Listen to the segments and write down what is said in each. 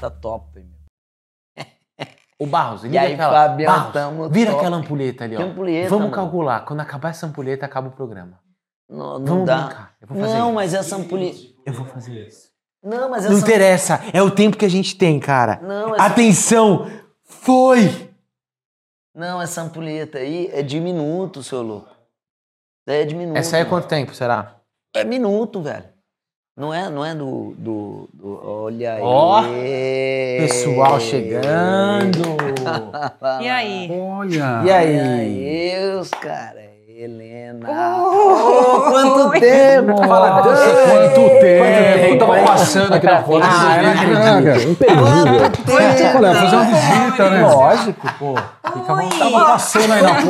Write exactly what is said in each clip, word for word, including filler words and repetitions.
tá top, meu. O Barros, E liga aí, aquela... Fabião, Barros, tamo vira top. aquela ampulheta ali, ó. Que ampulheta, Vamos mano? calcular. Quando acabar essa ampulheta, acaba o programa. Não, não Vamos dá. brincar. Eu vou fazer não, isso. mas essa ampulheta... Eu vou fazer isso. Não, mas Não essa... interessa. É o tempo que a gente tem, cara. Não, essa... Atenção! Foi! Não, essa ampulheta aí é de minuto, seu louco. É de minuto. Essa aí é mano. quanto tempo, será? É minuto, velho. Não é, não é do, do, do... Olha aí. Ó, pessoal chegando. E aí? Olha! E aí? E aí, os cara, Helena. Oh, quanto Oi. tempo! Fala, Nossa, Dani. quanto tempo! Eu tava passando aqui na foto. Ah, eu não acredito. Imperdível. Olha, fazer uma visita, né? Lógico, pô. Fica à vontade. Tava passando aí na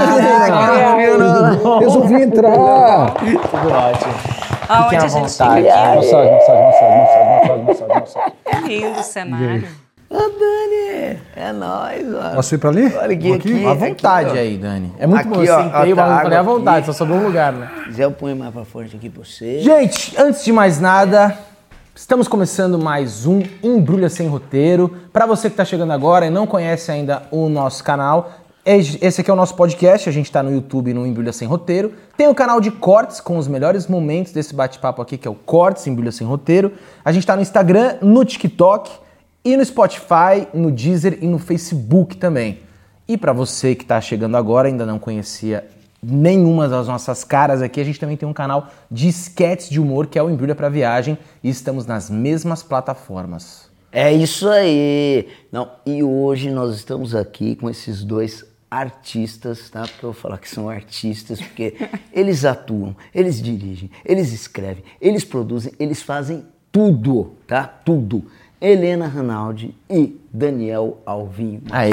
porta. Resolvi entrar. Tudo ótimo. Aonde à a gente vontade. fica aqui? Massagem, massagem, massagem, massagem, massagem, massagem. É lindo o cenário. Ô, Dani, é nóis, mano. Posso ir pra ali? Olha aqui, Vou aqui. À vontade aqui, ó. aí, Dani. É muito Aqui, bom. Eu ó, sentei, ó, o tá bagulho, falei à água vontade, aqui. só sobrou um lugar, né? Se quiser, eu ponho mais pra frente aqui pra você. Gente, antes de mais nada, estamos começando mais um Embrulha Sem Roteiro. Para você que está chegando agora e não conhece ainda o nosso canal, esse aqui é o nosso podcast, a gente está no YouTube no Embrulha Sem Roteiro. Tem o canal de cortes com os melhores momentos desse bate-papo aqui, que é o Cortes Embrulha Sem Roteiro. A gente está no Instagram, no TikTok e no Spotify, no Deezer e no Facebook também. E para você que está chegando agora e ainda não conhecia nenhuma das nossas caras aqui, a gente também tem um canal de sketches de humor que é o Embrulha pra Viagem e estamos nas mesmas plataformas. É isso aí. Não, e hoje nós estamos aqui com esses dois artistas, tá? Porque eu vou falar que são artistas, porque eles atuam, eles dirigem, eles escrevem, eles produzem, eles fazem tudo, tá? Tudo. Helena Ranaldi e Daniel Alvinho. Aê!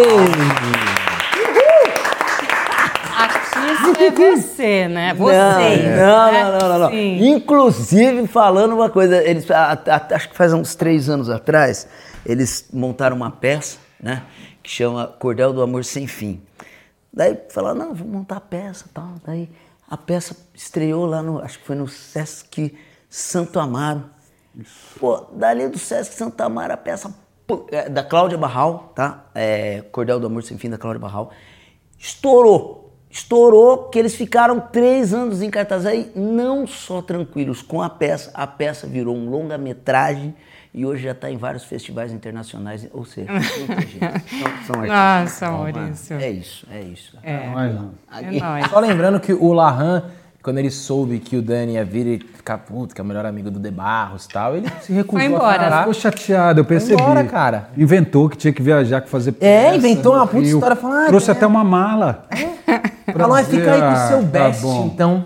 Artista é você, né? Vocês. Não, né? não, não, não, não. Sim. Inclusive, falando uma coisa, eles, a, a, acho que faz uns três anos atrás, eles montaram uma peça, né? Que chama Cordel do Amor Sem Fim. Daí falaram, não, vou montar a peça e tal. Daí a peça estreou lá no, acho que foi no Sesc Santo Amaro. Pô, dali do Sesc Santo Amaro, a peça pô, é, da Cláudia Barral, tá? É, Cordel do Amor Sem Fim, da Cláudia Barral. Estourou. Estourou que eles ficaram três anos em cartaz aí, não só tranquilos com a peça, a peça virou um longa-metragem e hoje já está em vários festivais internacionais, ou seja, muita gente. São, são artistas. Nossa, Maurício. É isso, é isso. É, Mas não. é nóis. Só lembrando que o Lahan, quando ele soube que o Dani ia vir e ficar puto, que é o melhor amigo do De Barros e tal, ele se recusou Foi embora. a falar. Ficou chateado, eu percebi. Foi embora, cara. Inventou que tinha que viajar, que fazer É, peça inventou no uma puta Rio. história, falou, ah, Trouxe é. até uma mala. Pra nós fica aí com o seu Ah, tá best, bom. então.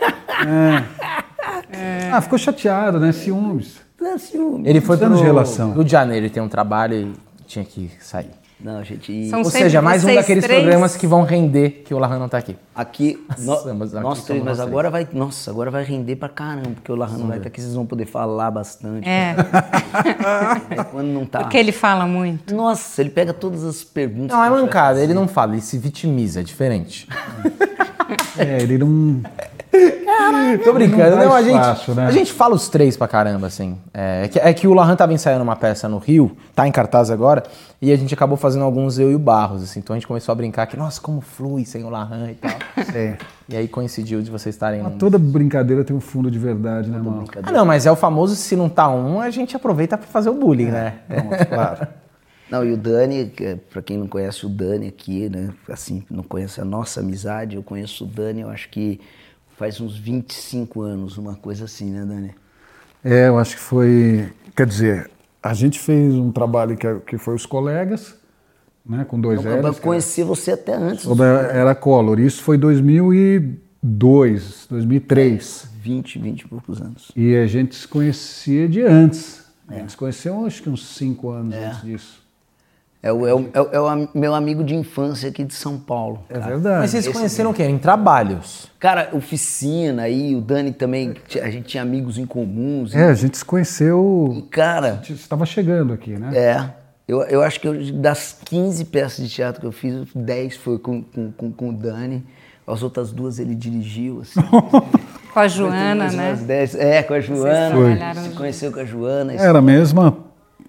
Ah, ficou chateado, né? Ciúmes. Não, ciúme. Ele foi pro anos de relação. Rio de Janeiro, ele tem um trabalho e tinha que sair. Não, gente, e São Ou sempre seja, mais um vocês daqueles três? programas que vão render que o Lahan não tá aqui. aqui, no, Nossa, mas aqui nós somos três, mas nós agora vai, nossa, agora vai render pra caramba, porque o Larran não vai estar aqui, vocês vão poder falar bastante. É, É, quando não tá. porque ele fala muito. Nossa, ele pega todas as perguntas. Não, é que a gente vai mancada, fazer. ele não fala, ele se vitimiza, é diferente. É, ele não... Tô brincando, Não não, dá a gente, espaço, né? a gente fala os três pra caramba, assim. É, é que, é que o Lahan tava ensaiando uma peça no Rio, tá em cartaz agora, e a gente acabou fazendo alguns eu e o Barros, assim. Então a gente começou a brincar que, nossa, como flui sem o Lahan e tal. É. E aí coincidiu de vocês estarem... Mas num- toda brincadeira tem um fundo de verdade, né, irmão? Ah, não, mas é o famoso se não tá um, a gente aproveita pra fazer o bullying, né? Pronto, claro. Não, e o Dani, que é- pra quem não conhece o Dani aqui, né? Assim, não conhece a nossa amizade, eu conheço o Dani, eu acho que faz uns vinte e cinco anos, uma coisa assim, né, Dani? É, eu acho que foi... Quer dizer, a gente fez um trabalho que, que foi os colegas, né, com dois Eu, eu L's. conheci você até antes, Sobre a Era Collor. Isso foi dois mil e dois, dois mil e três. vinte, vinte e poucos anos. E a gente se conhecia de antes. A gente se conheceu acho que uns cinco anos antes disso. É o, é, o, é o- é o am- meu amigo de infância aqui de São Paulo. É verdade. Mas vocês se conheceram o quê? Em trabalhos? Cara, oficina aí, o Dani também, t- a gente tinha amigos em comuns. É, a gente se conheceu... E, cara, A gente estava chegando aqui, né? é, eu, eu acho que eu- das quinze peças de teatro que eu fiz, dez foi com, com, com, com o Dani. As outras duas ele dirigiu, assim. Com a Joana, Mais né? umas dez. É, com a Joana. trabalharam Se juntos. conheceu com a Joana. isso- Era a mesma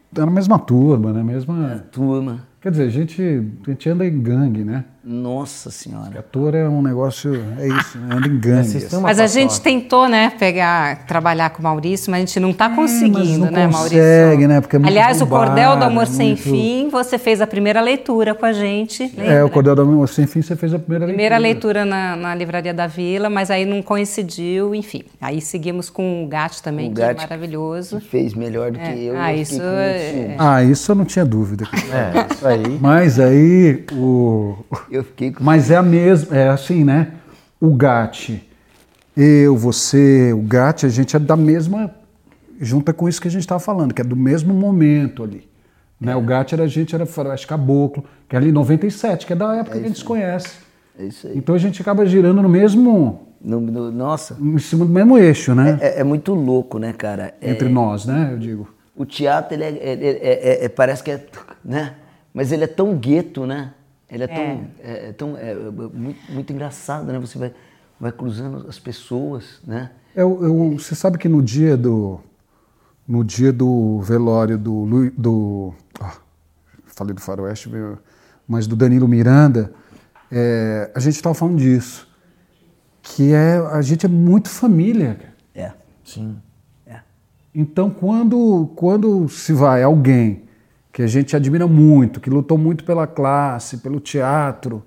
era a mesma turma, né? Mesma... Turma. Quer dizer, a gente, a gente anda em gangue, né? Nossa Senhora. Ator é um negócio, é isso, né? Anda em gangue. Vocês têm uma Mas a paçoca. gente tentou, né, pegar, trabalhar com o Maurício, mas a gente não está conseguindo, mas não né, consegue, Maurício? né, porque é muito Aliás, o bombado, Cordel do Amor é Sem muito- Fim, você fez a primeira leitura com a gente, lembra? É, o Cordel do Amor Sem Fim, você fez a primeira, Primeira leitura. leitura na, na Livraria da Vila, mas aí não coincidiu, enfim. Aí seguimos com o Gatti também, O que é Gatti maravilhoso. Que fez melhor do É. que eu. Ah, eu isso fiquei com muito é- ciúme. Ah, isso eu não tinha dúvida. É, isso aí. Mas aí, o... Eu fiquei com Mas é a mesma, é assim, né? O Gatti, eu, você, o Gatti, a gente é da mesma, junta com isso que a gente estava falando, que é do mesmo momento ali. Né? O Gatti era a gente, era Faroeste Caboclo, que é ali em noventa e sete, que é da época que a gente se conhece. É isso aí. Então a gente acaba girando no mesmo, No- no- nossa, em cima do mesmo eixo, né? é, é muito louco, né, cara? É- Entre nós, né? Eu digo. O teatro, ele é, ele é- é- é- parece que é, né? Mas ele é tão gueto, né? Ele é tão, é, é tão é, é muito, muito engraçado, né? Você vai, vai cruzando as pessoas, né? Eu, eu- você sabe que no dia do, no dia do velório do, Lu- do ah, falei do Faroeste, veio- mas do Danilo Miranda, é, a gente estava falando disso, que é a gente é muito família, cara. É, Sim. é. Então, quando, quando se vai alguém que a gente admira muito, que lutou muito pela classe, pelo teatro,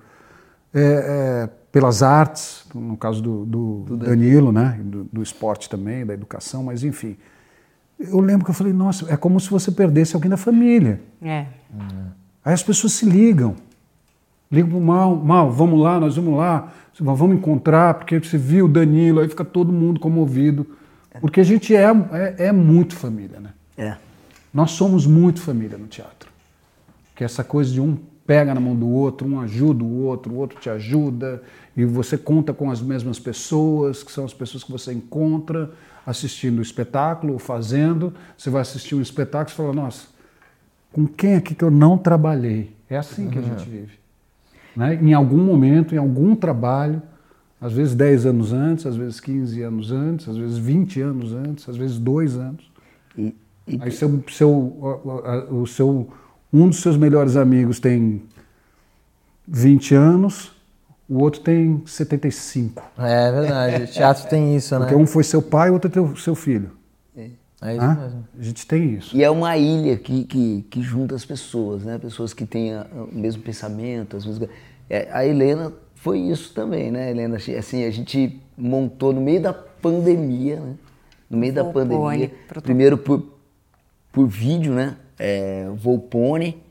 é, é, pelas artes, no caso do, do, do Danilo, né? Do, do esporte também, da educação, mas enfim. Eu lembro que eu falei, nossa, é como se você perdesse alguém da família. É. Aí as pessoas se ligam. Ligam pro Mal, Mal, vamos lá, nós vamos lá, vamos encontrar, porque você viu o Danilo, aí fica todo mundo comovido. Porque a gente é, é, é muito família, né? É. Nós somos muito família no teatro. Que é essa coisa de um pega na mão do outro, um ajuda o outro, o outro te ajuda, e você conta com as mesmas pessoas, que são as pessoas que você encontra assistindo o espetáculo, ou fazendo. Você vai assistir um espetáculo e fala, nossa, com quem aqui que eu não trabalhei? É assim que a gente vive. Né? Em algum momento, em algum trabalho, às vezes dez anos antes, às vezes quinze anos antes, às vezes vinte anos antes, às vezes dois anos. E, e- Aí seu, seu, o, o seu, um dos seus melhores amigos tem vinte anos, o outro tem setenta e cinco. É verdade. O teatro tem isso, né? Porque um foi seu pai, o outro é teu, seu filho. É isso Hã? mesmo. A gente tem isso. e é uma ilha que, que, que junta as pessoas, né? Pessoas que têm a- o mesmo pensamento. As mesmas... É, a Helena foi isso também, né, Helena? Assim, a gente montou no meio da pandemia, né? No meio da Volpone, pandemia. protocolo. Primeiro por, por vídeo, né? É, Volpone.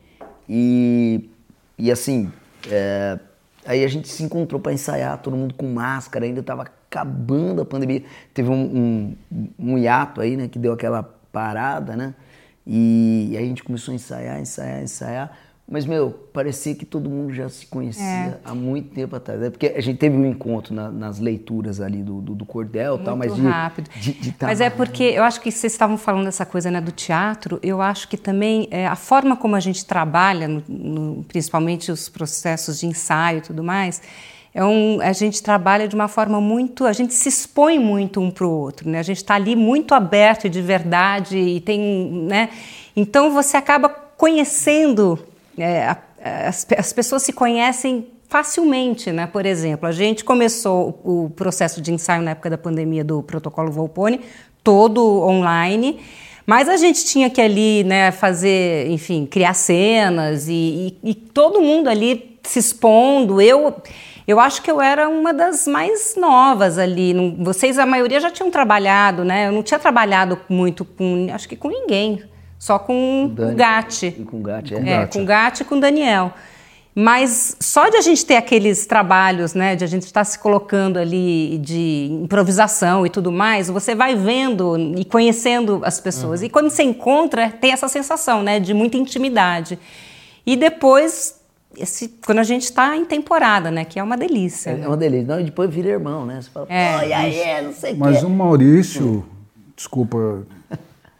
E, e assim, é, aí a gente se encontrou para ensaiar, todo mundo com máscara, ainda estava acabando a pandemia. Teve um, um, um hiato aí, né? Que deu aquela parada, né? E, e aí a gente começou a ensaiar, ensaiar, ensaiar. Mas, meu, parecia que todo mundo já se conhecia É. há muito tempo atrás. Né? Porque a gente teve um encontro na- nas leituras ali do, do, do Cordel e tal, mas Muito de, rápido. de, de tá Mas é porque eu acho que vocês estavam falando dessa coisa, né, do teatro. Eu acho que também é, a forma como a gente trabalha, no- no- principalmente os processos de ensaio e tudo mais, é um, a gente trabalha de uma forma muito, a gente se expõe muito um para o outro, né? A gente está ali muito aberto e de verdade e tem, né? Então você acaba conhecendo, é, a- as, as pessoas se conhecem facilmente, né? Por exemplo, a gente começou o processo de ensaio na época da pandemia do Protocolo Volpone, todo online, mas a gente tinha que ali, né, fazer, enfim, criar cenas e, e, e todo mundo ali se expondo. Eu, eu acho que eu era uma das mais novas ali. Não- vocês, a maioria, já tinham trabalhado, né? Eu não tinha trabalhado muito com, acho que com ninguém, só com o Dani. Gatti. E com o Gatti, é. É, com o Gatti e com o Daniel. Mas só de a gente ter aqueles trabalhos, né, de a gente estar se colocando ali de improvisação e tudo mais, você vai vendo e conhecendo as pessoas. E quando você encontra, tem essa sensação, né, de muita intimidade. E depois, esse, quando a gente está em temporada, né, que é uma delícia. É né? uma delícia. Não, e depois vira irmão, né? Você fala, É, pô, e aí, é, não sei o Mas quê. o Maurício, desculpa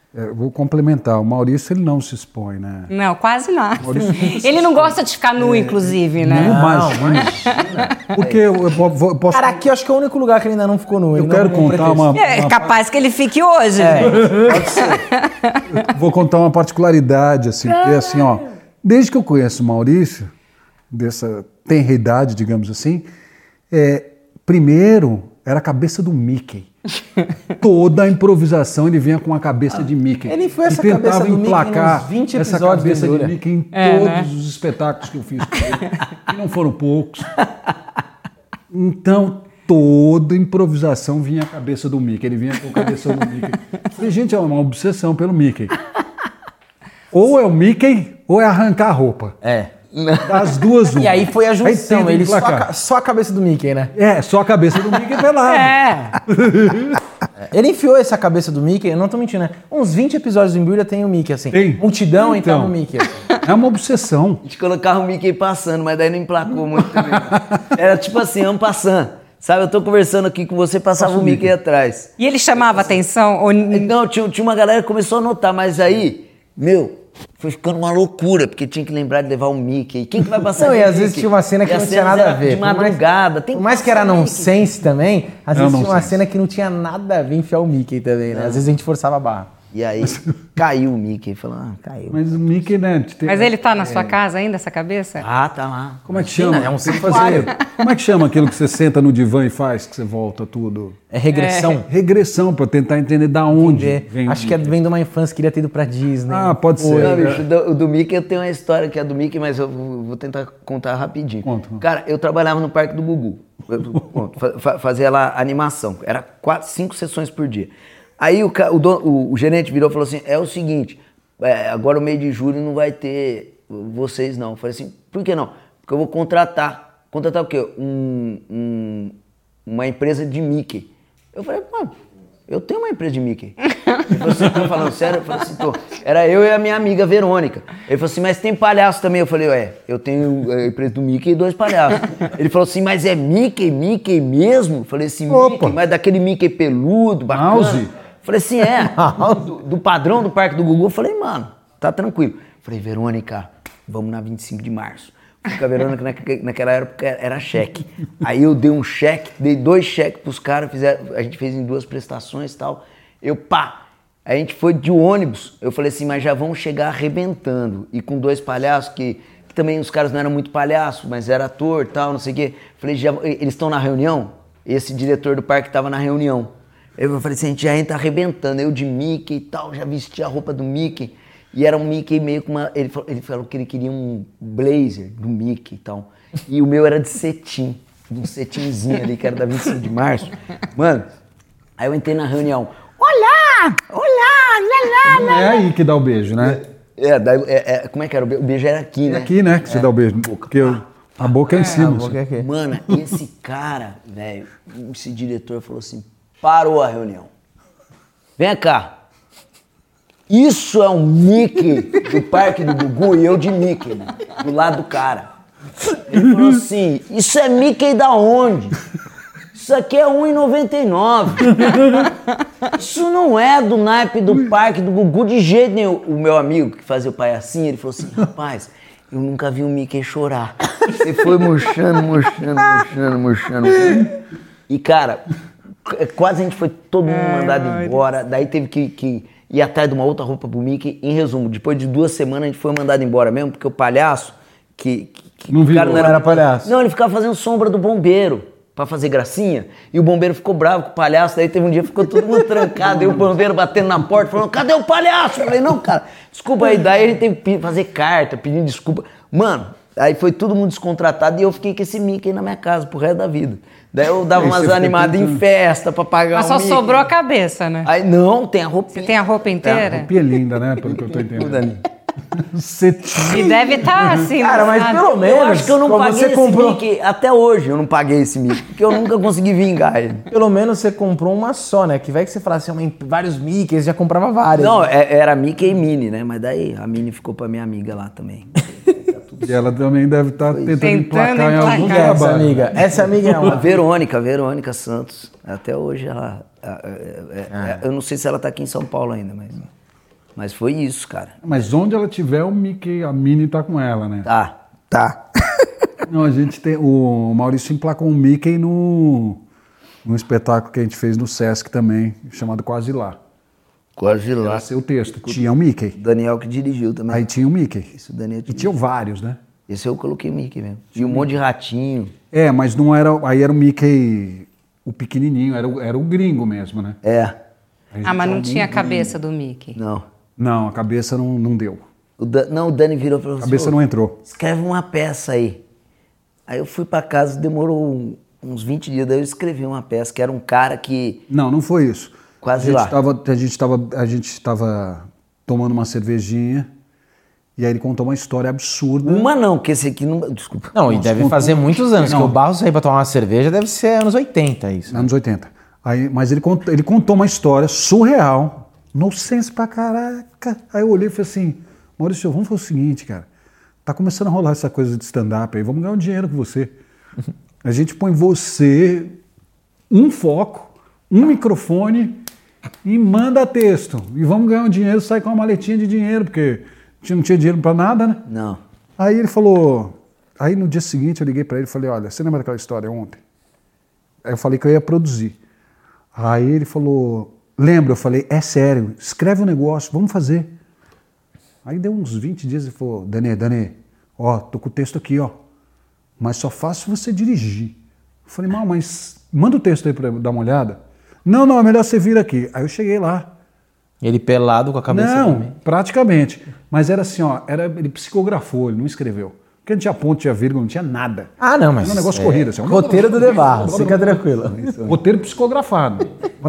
É, eu vou complementar. O Maurício, ele não se expõe, né? Não, quase nada. Maurício não se Ele não gosta de ficar nu, inclusive, né? Não, imagina. Porque eu, eu po- posso... Cara, aqui eu acho que é o único lugar que ele ainda não ficou nu. eu Ele não quero arrumou um contar pretexto. uma... É uma- capaz que ele fique hoje, É, gente. pode ser. Vou contar uma particularidade, assim, porque assim, ó, desde que eu conheço o Maurício, dessa tenra idade, digamos assim, é, primeiro era a cabeça do Mickey. Toda a improvisação ele vinha com a cabeça de Mickey. Ele foi essa e tentava cabeça do Mickey emplacar nos vinte essa episódios cabeça do de Embrulha. Mickey em É, todos né? os espetáculos que eu fiz com ele, e não foram poucos. Então, toda improvisação vinha a cabeça do Mickey. Ele vinha com a cabeça do Mickey. Eu falei, gente, é uma obsessão pelo Mickey. Ou é o Mickey, ou é arrancar a roupa. É. Das duas, uma. E aí foi a junção, tenta ele só a, emplacar. ca- só a cabeça do Mickey, né? É, só a cabeça do Mickey pelado. É. Ele enfiou essa cabeça do Mickey, eu não tô mentindo, né? Uns vinte episódios do Embrulha tem o Mickey, assim. Tem. Multidão então Então. no Mickey. É uma obsessão. A gente colocava o Mickey passando, mas daí não emplacou muito também. Era tipo assim, um passando. Sabe, eu tô conversando aqui com você, passava o Mickey atrás. E ele chamava atenção? Ou... Não, tinha, tinha uma galera que começou a notar, mas aí, meu, foi ficando uma loucura, porque tinha que lembrar de levar o Mickey. Quem que vai passar Não, de e às Mickey? vezes tinha uma cena que E não as tinha cenas nada a era ver. De Por mais- madrugada. Tem Por que mais que era passar o Mickey. nonsense também, às É vezes um tinha uma nonsense. cena que não tinha nada a ver enfiar o Mickey também, né? Às vezes a gente forçava a barra. E aí, caiu o Mickey. Falou, ah, caiu. Mas o Mickey, né? tem- Mas ele tá na sua casa ainda, essa cabeça? Ah, tá lá. Como é que chama? É um sem fazer. Como é que chama aquilo que você senta no divã e faz, que você volta tudo? É regressão. Regressão, pra tentar entender da onde É. vem o Acho que é Mickey. vem de uma infância, queria ter ido pra Disney. Ah, pode Não, ser. bicho, do, o do Mickey eu tenho uma história que é do Mickey, mas eu vou vou tentar contar rapidinho. Conta. Cara, eu trabalhava no Parque do Gugu. Eu, conto, fa- fa- fazia lá animação. Era quatro, cinco sessões por dia. Aí o, ca- o, dono- o- o gerente virou e falou assim, é o seguinte, é, agora o mês de julho não vai ter vocês não. Eu falei assim, por que não? Porque eu vou contratar. Contratar o quê? Um, um- uma empresa de Mickey. Eu falei, mano, eu tenho uma empresa de Mickey. Ele falou, você tá falando sério? Eu falei assim, tô. Era eu e a minha amiga Verônica. Ele falou assim, mas tem palhaço também? Eu falei, é, eu tenho a empresa do Mickey e dois palhaços. Ele falou assim, mas é Mickey, Mickey mesmo? Eu falei assim, Opa. Mickey, mas daquele Mickey peludo, bacana. Mouse. Eu falei assim, é, do, do padrão do Parque do Gugu. Eu falei, mano, tá tranquilo. Eu falei, Verônica, vamos na vinte e cinco de março. Fui com a Verônica naque- naquela época era cheque. Aí eu dei um cheque, dei dois cheques pros caras, fizeram, a gente fez em duas prestações e tal. Eu, pá, a gente foi de ônibus. Eu falei assim, mas já vamos chegar arrebentando. E com dois palhaços, que, que também os caras não eram muito palhaços, mas era ator e tal, não sei o quê. Falei, já, eles estão na reunião? Esse diretor do parque estava na reunião. Eu falei assim, a gente já entra arrebentando. Eu de Mickey e tal, já vesti a roupa do Mickey. E era um Mickey meio com uma... Ele falou, ele falou que ele queria um blazer do Mickey e tal. E o meu era de cetim. Um cetimzinho ali, que era da vinte e cinco de março. Mano, aí eu entrei na reunião. Olá! Olá! Lá, lá, Não é aí que dá o beijo, né? É, daí, é, é, como é que era? O be- o beijo era aqui, É né? aqui, né, que você dá o beijo. Porque eu- a boca é em cima. a boca é assim. aqui. Mano, esse cara, velho, esse diretor falou assim, parou a reunião. Vem cá. Isso é um Mickey do Parque do Gugu e eu de Mickey, né? Do lado do cara. Ele falou assim, isso é Mickey da onde? Isso aqui é um real e noventa e nove. Isso não é do naipe do Parque do Gugu de jeito nenhum. O meu amigo que fazia o palhacinho, ele falou assim, rapaz, eu nunca vi um Mickey chorar. Ele foi murchando, murchando, murchando, murchando. E, cara, quase a gente foi todo mundo mandado embora. Daí teve que, que ir atrás de uma outra roupa pro Mickey. Em resumo, depois de duas semanas a gente foi mandado embora mesmo, porque o palhaço, que, que Não o virou, cara não era palhaço. Não, ele ficava fazendo sombra do bombeiro pra fazer gracinha. E o bombeiro ficou bravo com o palhaço. Daí teve um dia que ficou todo mundo trancado. E o bombeiro batendo na porta, falando, cadê o palhaço? Eu falei, não, cara, desculpa aí. Daí a gente teve que fazer carta, pedindo desculpa. Mano, aí foi todo mundo descontratado e eu fiquei com esse Mickey na minha casa pro resto da vida. Daí eu dava Aí umas você ficou animadas em tentando. festa pra pagar Mas o só Mickey. sobrou a cabeça, né? Aí não, tem a roupinha. Você tem a roupa inteira? Roupinha linda, né? Pelo que eu tô entendendo. Cetim. E deve estar assim. Cara, mas sabe? pelo menos, Eu acho que eu não como paguei você esse comprou, Mickey, até hoje eu não paguei esse Mickey, porque eu nunca consegui vingar ele. pelo menos você comprou uma só, né? Que vai que você falasse assim, uma- vários Mickeys, já comprava vários. Não, é- era Mickey e Minnie, né? Mas daí a Minnie ficou pra minha amiga lá também. E ela também deve estar tentando Tentando emplacar em emplacar. algum Quem é essa trabalho. amiga? Essa amiga é A uma. Verônica, a Verônica Santos. Até hoje ela. é- é- é- eu não sei se ela tá aqui em São Paulo ainda, mas. Mas foi isso, cara. Mas onde ela tiver, o Mickey, a Minnie tá com ela, né? Tá, tá. Não, a gente tem... O Maurício emplacou um Mickey no, no espetáculo que a gente fez no Sesc também, chamado Quase Lá. Quase lá. Era seu texto. Tinha o Mickey. Daniel que dirigiu também. Aí tinha o Mickey. Isso, o Daniel E tinha vários, né? Esse eu coloquei o Mickey mesmo. E um monte de ratinho. É, mas não era... Aí era o Mickey, o pequenininho, era o, era o gringo mesmo, né? É. Aí Ah, mas não um tinha a gringo. cabeça do Mickey. Não. Não, a cabeça não, não deu. O Dan- não, o Dani virou e falou A assim, cabeça "Ô, não entrou. escreve uma peça aí. Aí eu fui pra casa, demorou um- uns vinte dias, daí eu escrevi uma peça, que era um cara que... Não, não foi isso. Quase a lá. gente Tava, a gente estava a gente estava tomando uma cervejinha e aí ele contou uma história absurda. Uma não, que esse aqui não... Desculpa. Não, e Nossa, deve contou- fazer muitos anos, Não. que o Barros sair pra tomar uma cerveja deve ser anos oitenta isso. Anos oitenta. Aí, mas ele contou, ele contou uma história surreal, nonsense pra caraca. Aí eu olhei e falei assim, Maurício, vamos fazer o seguinte, cara. Tá começando a rolar essa coisa de stand-up aí, vamos ganhar um dinheiro com você. A gente põe você, um foco, um microfone e manda texto. E vamos ganhar um dinheiro, sai com uma maletinha de dinheiro, porque a gente não tinha dinheiro pra nada, né? Não. Aí ele falou... Aí no dia seguinte eu liguei pra ele e falei, olha, você lembra daquela história ontem? Aí eu falei que eu ia produzir. Aí ele falou, lembra? Eu falei, é sério, escreve um negócio, vamos fazer. Aí deu uns vinte dias e falou, Dani, Dani, ó, tô com o texto aqui, ó. Mas só faço se você dirigir. Eu falei, mal, mas manda o texto aí pra eu dar uma olhada. Não, não, é melhor você vir aqui. Aí eu cheguei lá. Ele pelado com a cabeça Não, também. praticamente. Mas era assim, ó, era, ele psicografou, ele não escreveu. Porque não tinha ponto, tinha vírgula, não tinha nada. Ah, não, mas... Era um negócio é, corrido. Assim, roteiro do De Barros, fica tranquilo. Roteiro psicografado.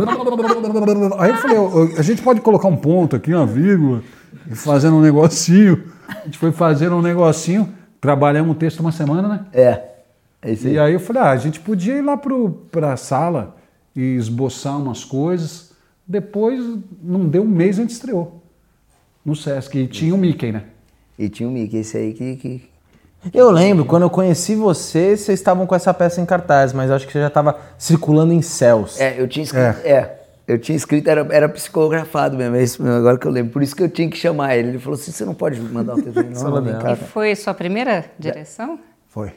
Aí eu falei, ó, a gente pode colocar um ponto aqui, uma vírgula, e fazendo um negocinho. A gente foi fazendo um negocinho, trabalhamos o texto uma semana, né? É. É isso aí. E aí eu falei, ah, a gente podia ir lá pro, pra sala e esboçar umas coisas. Depois, não deu um mês, a gente estreou no Sesc. E tinha o Mickey, né? E tinha o Mickey, esse aí que... que... Eu lembro, quando eu conheci você, vocês estavam com essa peça em cartaz, mas eu acho que você já estava circulando em céus. É, eu tinha escrito... É. Eu tinha escrito, era, era psicografado mesmo, é isso mesmo, agora que eu lembro. Por isso que eu tinha que chamar ele. Ele falou assim, você não pode mandar o texto? Não, não, vem cá. E foi sua primeira direção? Foi.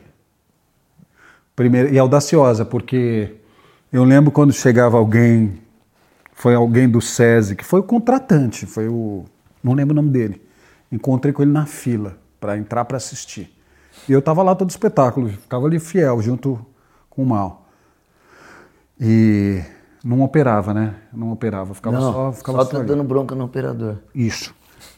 Primeiro, e audaciosa, porque eu lembro quando chegava alguém, foi alguém do SESI, que foi o contratante, foi o... não lembro o nome dele. Encontrei com ele na fila, para entrar para assistir. E eu estava lá todo espetáculo, ficava ali fiel, junto com o Mal. E não operava, né? Não operava, ficava Não, só... Ficava só só tá ali. dando bronca no operador. Isso.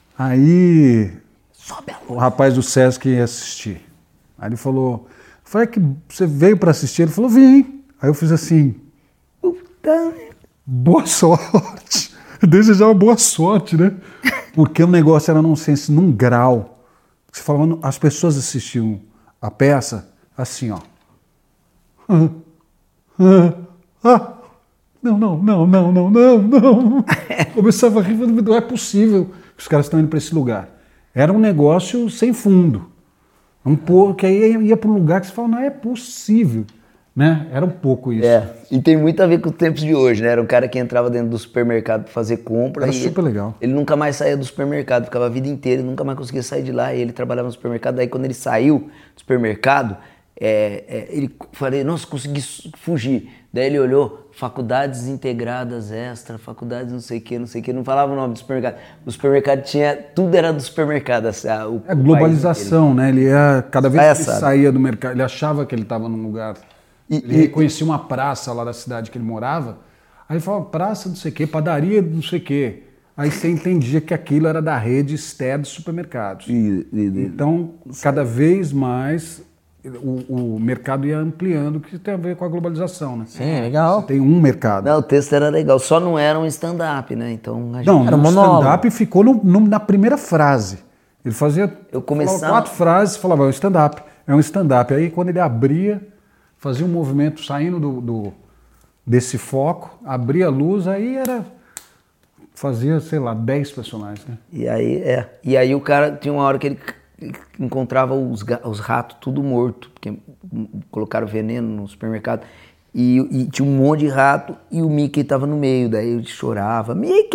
Aí Sobe a o rapaz do Sesc ia assistir. Aí ele falou, foi que você veio para assistir? Ele falou, vim. Aí eu fiz assim, Puta... boa sorte. Desejava boa sorte, né? Porque o negócio era nonsense num grau. Você falava, as pessoas assistiam a peça assim, ó. Ah, ah, ah. Não, não, não, não, não, não, não. Começava a rir, não é possível que os caras estão indo para esse lugar. Era um negócio sem fundo. Um pouco, que aí ia para um lugar que você fala, não é possível. Né? Era um pouco isso. É, e tem muito a ver com os tempos de hoje, né? Era um cara que entrava dentro do supermercado para fazer compra. Era e super ele, legal. Ele nunca mais saía do supermercado, ficava a vida inteira, ele nunca mais conseguia sair de lá. E ele trabalhava no supermercado. Daí quando ele saiu do supermercado, é, é, ele falei, nossa, consegui fugir. Daí ele olhou, faculdades integradas extra, faculdades não sei o que, não sei o que, não falava o nome do supermercado. O supermercado tinha, tudo era do supermercado. Assim, a, o, É globalização, né? Ele ia, cada vez que ele Essa. saía do mercado, ele achava que ele estava num lugar. E- ele e- reconhecia uma praça lá da cidade que ele morava. Aí ele falava, praça não sei o quê, padaria não sei o quê. Aí você entendia que aquilo era da rede Ster de supermercados. E- e- e- Então, cada vez mais o, o mercado ia ampliando, que tem a ver com a globalização, né? Sim, legal. Você tem um mercado. Não, o texto era legal, só não era um stand-up, né? Então a gente... Não, Era no monólogo. stand-up ficou no- no- na primeira frase. Ele fazia Eu começava- falava quatro frases e falava, é um stand-up, é um stand-up. Aí quando ele abria, fazia um movimento saindo do, do- desse foco, abria a luz, aí era... Fazia, sei lá, dez personagens, né? E aí, é. E aí o cara tinha uma hora que ele encontrava os, ga- os ratos tudo morto, porque colocaram veneno no supermercado. E, e tinha um monte de rato e o Mickey tava no meio. Daí ele chorava, Mickey!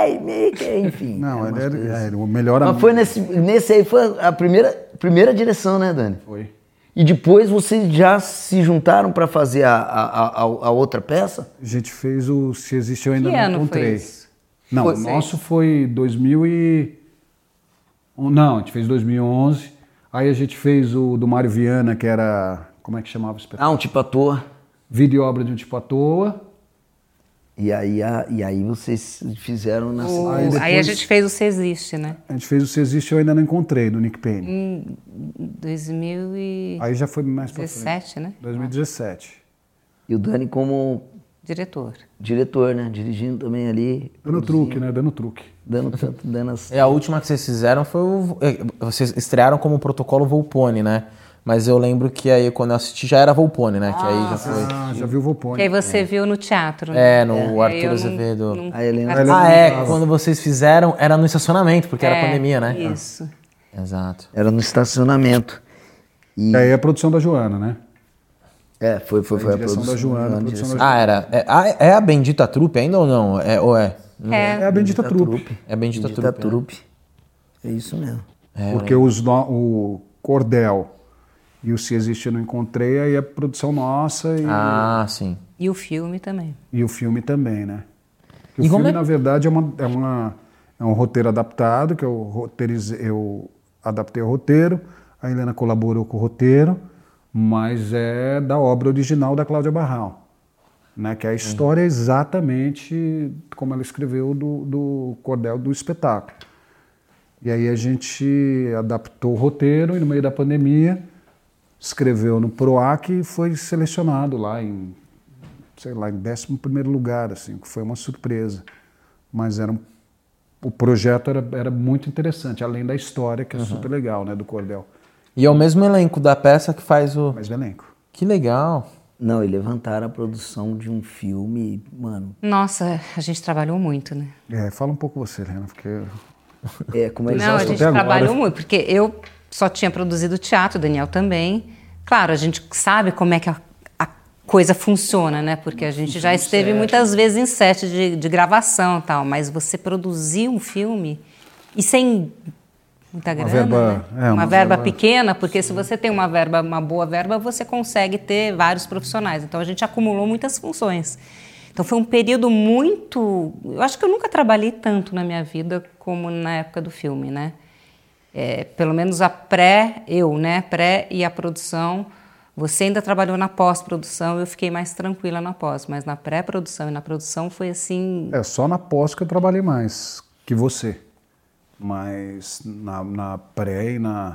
Mickey, Mickey, enfim. Não, era, era, era, era o melhor Mas amigo. foi nesse, nesse aí, foi a primeira, primeira direção, né, Dani? Foi. E depois vocês já se juntaram para fazer a, a, a, a outra peça? A gente fez o Se Existe Eu Ainda Que Não ano foi Encontrei. isso? Não, Foi- o nosso foi dois mil e... Não, a gente fez dois mil e onze. Aí a gente fez o do Mário Viana, que era... Como é que chamava o espetáculo? Ah, um tipo à toa. Vida e Obra de um Tipo à Toa. E aí, a, e aí vocês fizeram na O- Aí aí, depois- a gente fez o Se Existe, né? A gente fez o Se Existe Eu Ainda Não Encontrei, do Nick Payne. Em dois mil e Aí já foi mais pra frente. dezessete, né? dois mil e dezessete. E o Dani como Diretor. diretor, né? Dirigindo também ali. Dando truque, né? Dando truque. Dando tanto, dando as... E a última que vocês fizeram foi o... eh, Vocês estrearam como Protocolo Volpone, né? Mas eu lembro que aí, quando eu assisti, já era Volpone, né? Que aí já foi... Ah, já viu o Volpone. Que aí você viu no teatro, né? É, no Aí Arthur eu não- Azevedo. não A Helena- participei. Ah, é, quando vocês fizeram, era no estacionamento, porque era É, pandemia, né? Isso. Exato. Era no estacionamento. E, E aí é a produção da Joana, né? é, foi, foi, foi a direção produção da Joana, a a produção direção- Ah, era. É, ah, é a Bendita Trupe ainda ou não? É, ou é? É. É a Bendita Trupe. É a Bendita, Bendita Trupe. né? Trupe. É isso mesmo. É, Porque os no- o Cordel e o Se Existe Eu Não Encontrei, aí é produção nossa e, Ah, sim. E o filme também. e o filme também, né? Porque E o como filme, é- na verdade, é, uma, é, uma, é um roteiro adaptado, que eu, roteirizei, eu adaptei o roteiro, a Helena colaborou com o roteiro, mas é da obra original da Cláudia Barral, né? Que a história é exatamente como ela escreveu do, do Cordel do espetáculo. E aí a gente adaptou o roteiro e no meio da pandemia escreveu no PROAC e foi selecionado lá em, sei lá, em décimo primeiro lugar, assim, que foi uma surpresa. Mas era um, o projeto era, era muito interessante, além da história, que é super legal, né, do Cordel. E é o mesmo elenco da peça que faz o... Mas o elenco. Que legal. Não, e levantaram a produção de um filme, mano. Nossa, a gente trabalhou muito, né? É, fala um pouco você, Helena, porque... É, como é Não, a exausto gente até agora. trabalhou muito, porque eu só tinha produzido teatro, o Daniel também. Claro, a gente sabe como é que a, a coisa funciona, né? Porque a gente já esteve muitas vezes em set de, de gravação e tal, mas você produzir um filme e sem muita grana, verba- né? é, uma, uma verba, verba- pequena, porque se você tem uma verba, uma boa verba, você consegue ter vários profissionais. Então a gente acumulou muitas funções. Então foi um período muito... Eu acho que eu nunca trabalhei tanto na minha vida como na época do filme, né? É, pelo menos a pré, eu, né? Pré e a produção. Você ainda trabalhou na pós-produção, eu fiquei mais tranquila na pós, mas na pré-produção e na produção foi assim... É só na pós que eu trabalhei mais que você. Mas na, na pré e na...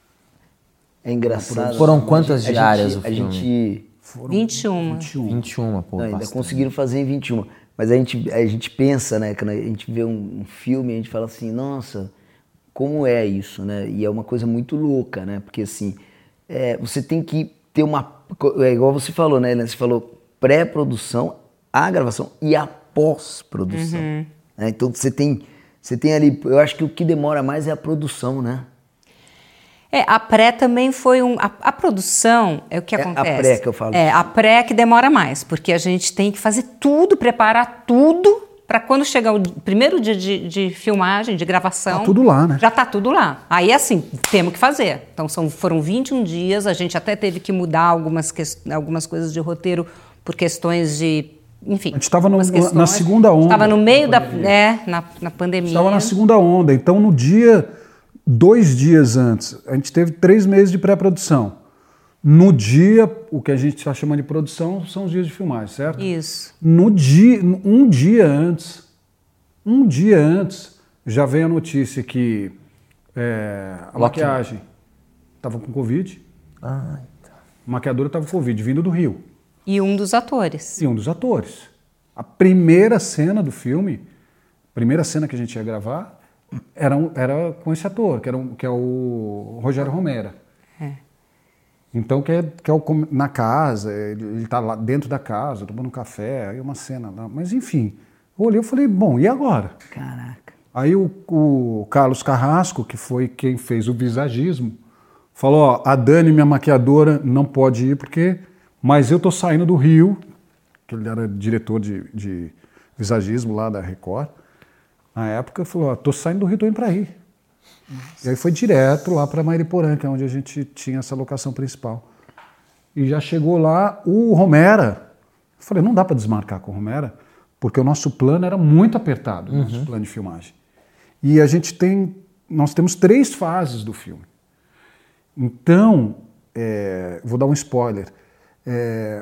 É engraçado. Foram quantas A gente- diárias o A filme? gente... Foram vinte e um. vinte e um. vinte e um, pô. Não, ainda bastante. conseguiram fazer em vinte e um. Mas a gente, a gente pensa, né? Quando a gente vê um, um filme, a gente fala assim, nossa, como é isso, né? E é uma coisa muito louca, né? Porque assim, é, você tem que ter uma... É igual você falou, né? Você falou pré-produção, a gravação e a pós-produção. Uhum. Né? Então você tem, você tem ali... Eu acho que o que demora mais é a produção, né? É, a pré também foi um... A, a produção, é o que É a acontece. pré que eu falo. É, a pré que demora mais, porque a gente tem que fazer tudo, preparar tudo, para quando chegar o primeiro dia de, de filmagem, de gravação... Tá tudo lá, né? Já tá tudo lá. Aí, assim, temos que fazer. Então, são, foram vinte e um dias, a gente até teve que mudar algumas, que, algumas coisas de roteiro por questões de... Enfim. A gente estava no- algumas na questões. segunda onda Estava no meio da da... É, na, na pandemia. Estava na segunda onda, então no dia, dois dias antes, a gente teve três meses de pré-produção. No dia, o que a gente está chamando de produção são os dias de filmagem, certo? Isso. No dia, um dia antes, um dia antes, já veio a notícia que é, a maquiagem estava com Covid, Ah, tá. a maquiadora estava com Covid, vindo do Rio. E um dos atores. E um dos atores. A primeira cena do filme, a primeira cena que a gente ia gravar, era, um- era com esse ator, que, era um- que é o Rogério Romero. É. Então, que é, que é o, com- na casa, ele está lá dentro da casa, tomando um café, aí uma cena lá. Mas, enfim, eu olhei e falei, bom, e agora? Caraca. Aí o, o Carlos Carrasco, que foi quem fez o visagismo, falou, ó, a Dani, minha maquiadora, não pode ir porque... Mas eu tô saindo do Rio, que ele era diretor de, de visagismo lá da Record, na época, falou, ó, tô saindo do Rio, tô indo para aí. E aí foi direto lá para Mariporã, que é onde a gente tinha essa locação principal. E já chegou lá o Romera. Eu falei, não dá para desmarcar com o Romera, porque o nosso plano era muito apertado, o nosso plano de filmagem. E a gente tem, nós temos três fases do filme. Então, é, vou dar um spoiler, é,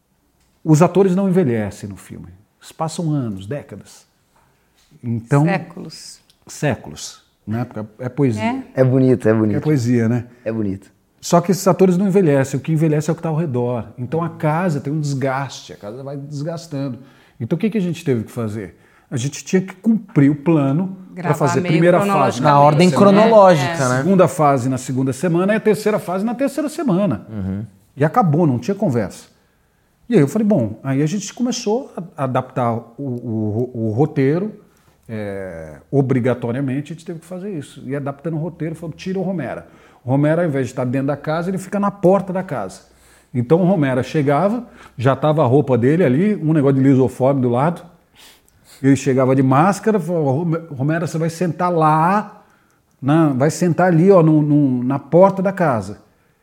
os atores não envelhecem no filme, eles passam anos, décadas. Então, séculos. Séculos, né? Porque é poesia. É, É bonito, é bonito. É poesia, né? É bonito. Só que esses atores não envelhecem, o que envelhece é o que está ao redor. Então a casa tem um desgaste, a casa vai desgastando. Então o que, que a gente teve que fazer? A gente tinha que cumprir o plano para fazer a meio primeira fase Na ordem semana, cronológica, É. né? segunda fase na segunda semana e a terceira fase na terceira semana. E acabou, não tinha conversa. E aí eu falei, bom, aí a gente começou a adaptar o, o, o roteiro, é, obrigatoriamente a gente teve que fazer isso. E adaptando o roteiro, falou, tira o Romera. O Romera, ao invés de estar dentro da casa, ele fica na porta da casa. Então o Romera chegava, já estava a roupa dele ali, um negócio de lisoforme do lado. Ele chegava de máscara, falou, Romera, você vai sentar lá, na, vai sentar ali ó, no, no, na porta da casa.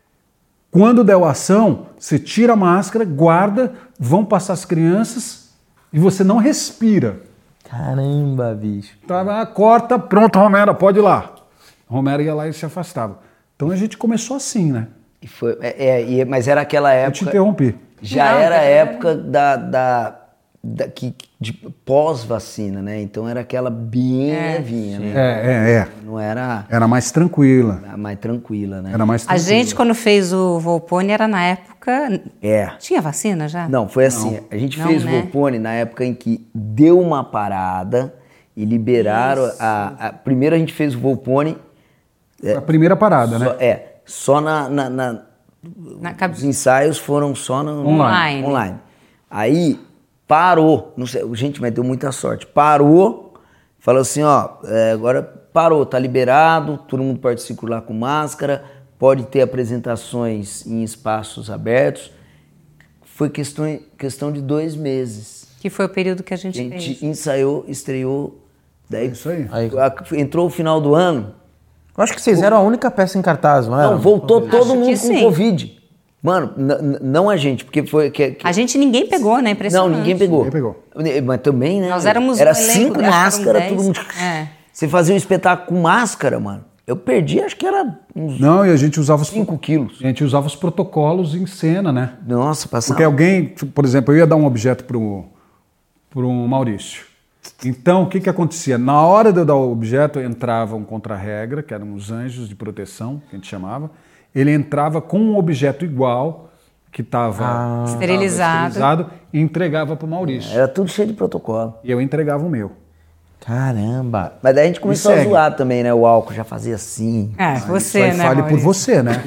Quando der a ação, você tira a máscara, guarda, vão passar as crianças e você não respira. Caramba, bicho. Tá, corta, pronto, Romera, pode ir lá. Romera ia lá e se afastava. Então a gente começou assim, né? E foi, é, é, e- mas era aquela Eu te época. interrompi. Já Não, era a é- época da, da, da que, de pós-vacina, né? Então era aquela bem levinha, né? É, é, é. Não era Era mais tranquila. a mais tranquila, né? Era mais A tranquila. gente, quando fez o Volpone, era na época... É. Tinha vacina já? Não, foi assim. A gente Não, fez né? o Volpone na época em que deu uma parada e liberaram a, a- Primeiro a gente fez o Volpone. Foi a primeira parada, Só, né? é, só na. na- na- Na cab- os ensaios foram só no, Online. online. Aí parou. Não sei, gente, mas deu muita sorte. Parou, falou assim: ó, é, agora parou, tá liberado, todo mundo pode circular com máscara, pode ter apresentações em espaços abertos. Foi questão, questão de dois meses. Que foi o período que a A gente, gente fez. ensaiou, estreou. Daí Isso aí. Aí- a- entrou o final do ano. Eu acho que vocês eram a única peça em cartaz, não era? Não, voltou todo Acho mundo que com sim. Covid. Mano, n- n- não a gente, porque foi. Que, que- A gente ninguém pegou, né? não, Impressionante. ninguém pegou. Ninguém pegou. Mas também, né? Nós éramos Era um elenco, cinco acho que eram máscaras, dez. todo mundo. É. Você fazia um espetáculo com máscara, mano. Eu perdi, acho que era uns Não, e a gente usava os, cinco quilos. a gente usava os protocolos em cena, né? Nossa, passava. Porque alguém, por exemplo, eu ia dar um objeto pro, pro Maurício. Então, o que que acontecia? Na hora de eu dar o objeto, entrava um contra-regra, que eram os anjos de proteção, que a gente chamava. Ele entrava com um objeto igual, que estava Esterilizado. e entregava pro Maurício. Era tudo cheio de protocolo. E eu entregava o meu. Caramba. Mas daí a gente começou a segue. zoar também, né? O álcool já fazia assim. É, Isso você, aí né, fale por Maurício? você, né?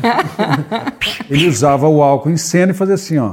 Ele usava o álcool em cena e fazia assim, ó.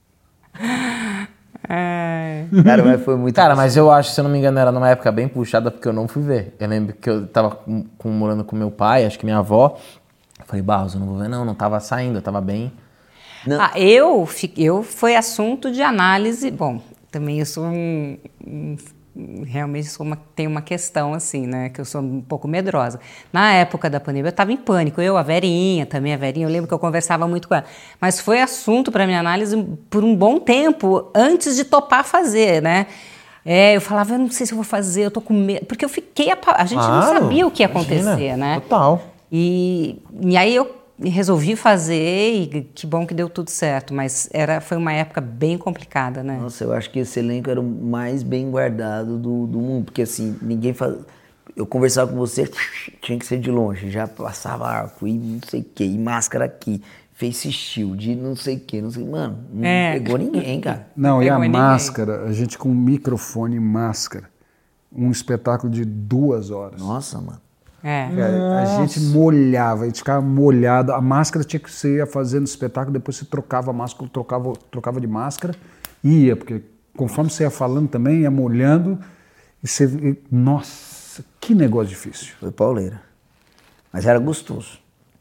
É. Cara, mas foi muito. Cara, mas eu acho, se eu não me engano, era numa época bem puxada, porque eu não fui ver. Eu lembro que eu tava com, com- morando com meu pai, acho que minha avó. Eu falei, Barros, eu não vou ver, não, não tava saindo, eu tava bem. Não. Ah, eu, fi- eu foi assunto de análise. Bom, também eu sou um, um- realmente sou uma, tenho uma questão assim, né, que eu sou um pouco medrosa. Na época da pandemia eu estava em pânico. Eu, a Verinha, também a Verinha, eu lembro que eu conversava muito com ela. Mas foi assunto para minha análise por um bom tempo antes de topar fazer, né? É, eu falava, eu não sei se eu vou fazer, eu tô com medo, porque eu fiquei, apa- a gente não Claro, sabia o que ia imagina, acontecer, né? Total. E, e aí eu resolvi fazer e que bom que deu tudo certo, mas era, foi uma época bem complicada, né? Nossa, eu acho que esse elenco era o mais bem guardado do, do mundo, porque assim, ninguém faz. Eu conversava com você, tinha que ser de longe, já passava arco e não sei o que, e máscara aqui, face shield, não sei o que, não sei. Mano, não É. pegou ninguém, cara. Não, e a pegou ninguém. máscara, a gente com microfone e máscara. Um espetáculo de duas horas. Nossa, mano. É. Cara, a gente molhava, a gente ficava molhado. A máscara tinha que ser fazendo espetáculo, depois você trocava a máscara, trocava, trocava de máscara e ia, porque conforme você ia falando também, ia molhando. E você, e- nossa, que negócio difícil. Foi pauleira. Mas era gostoso.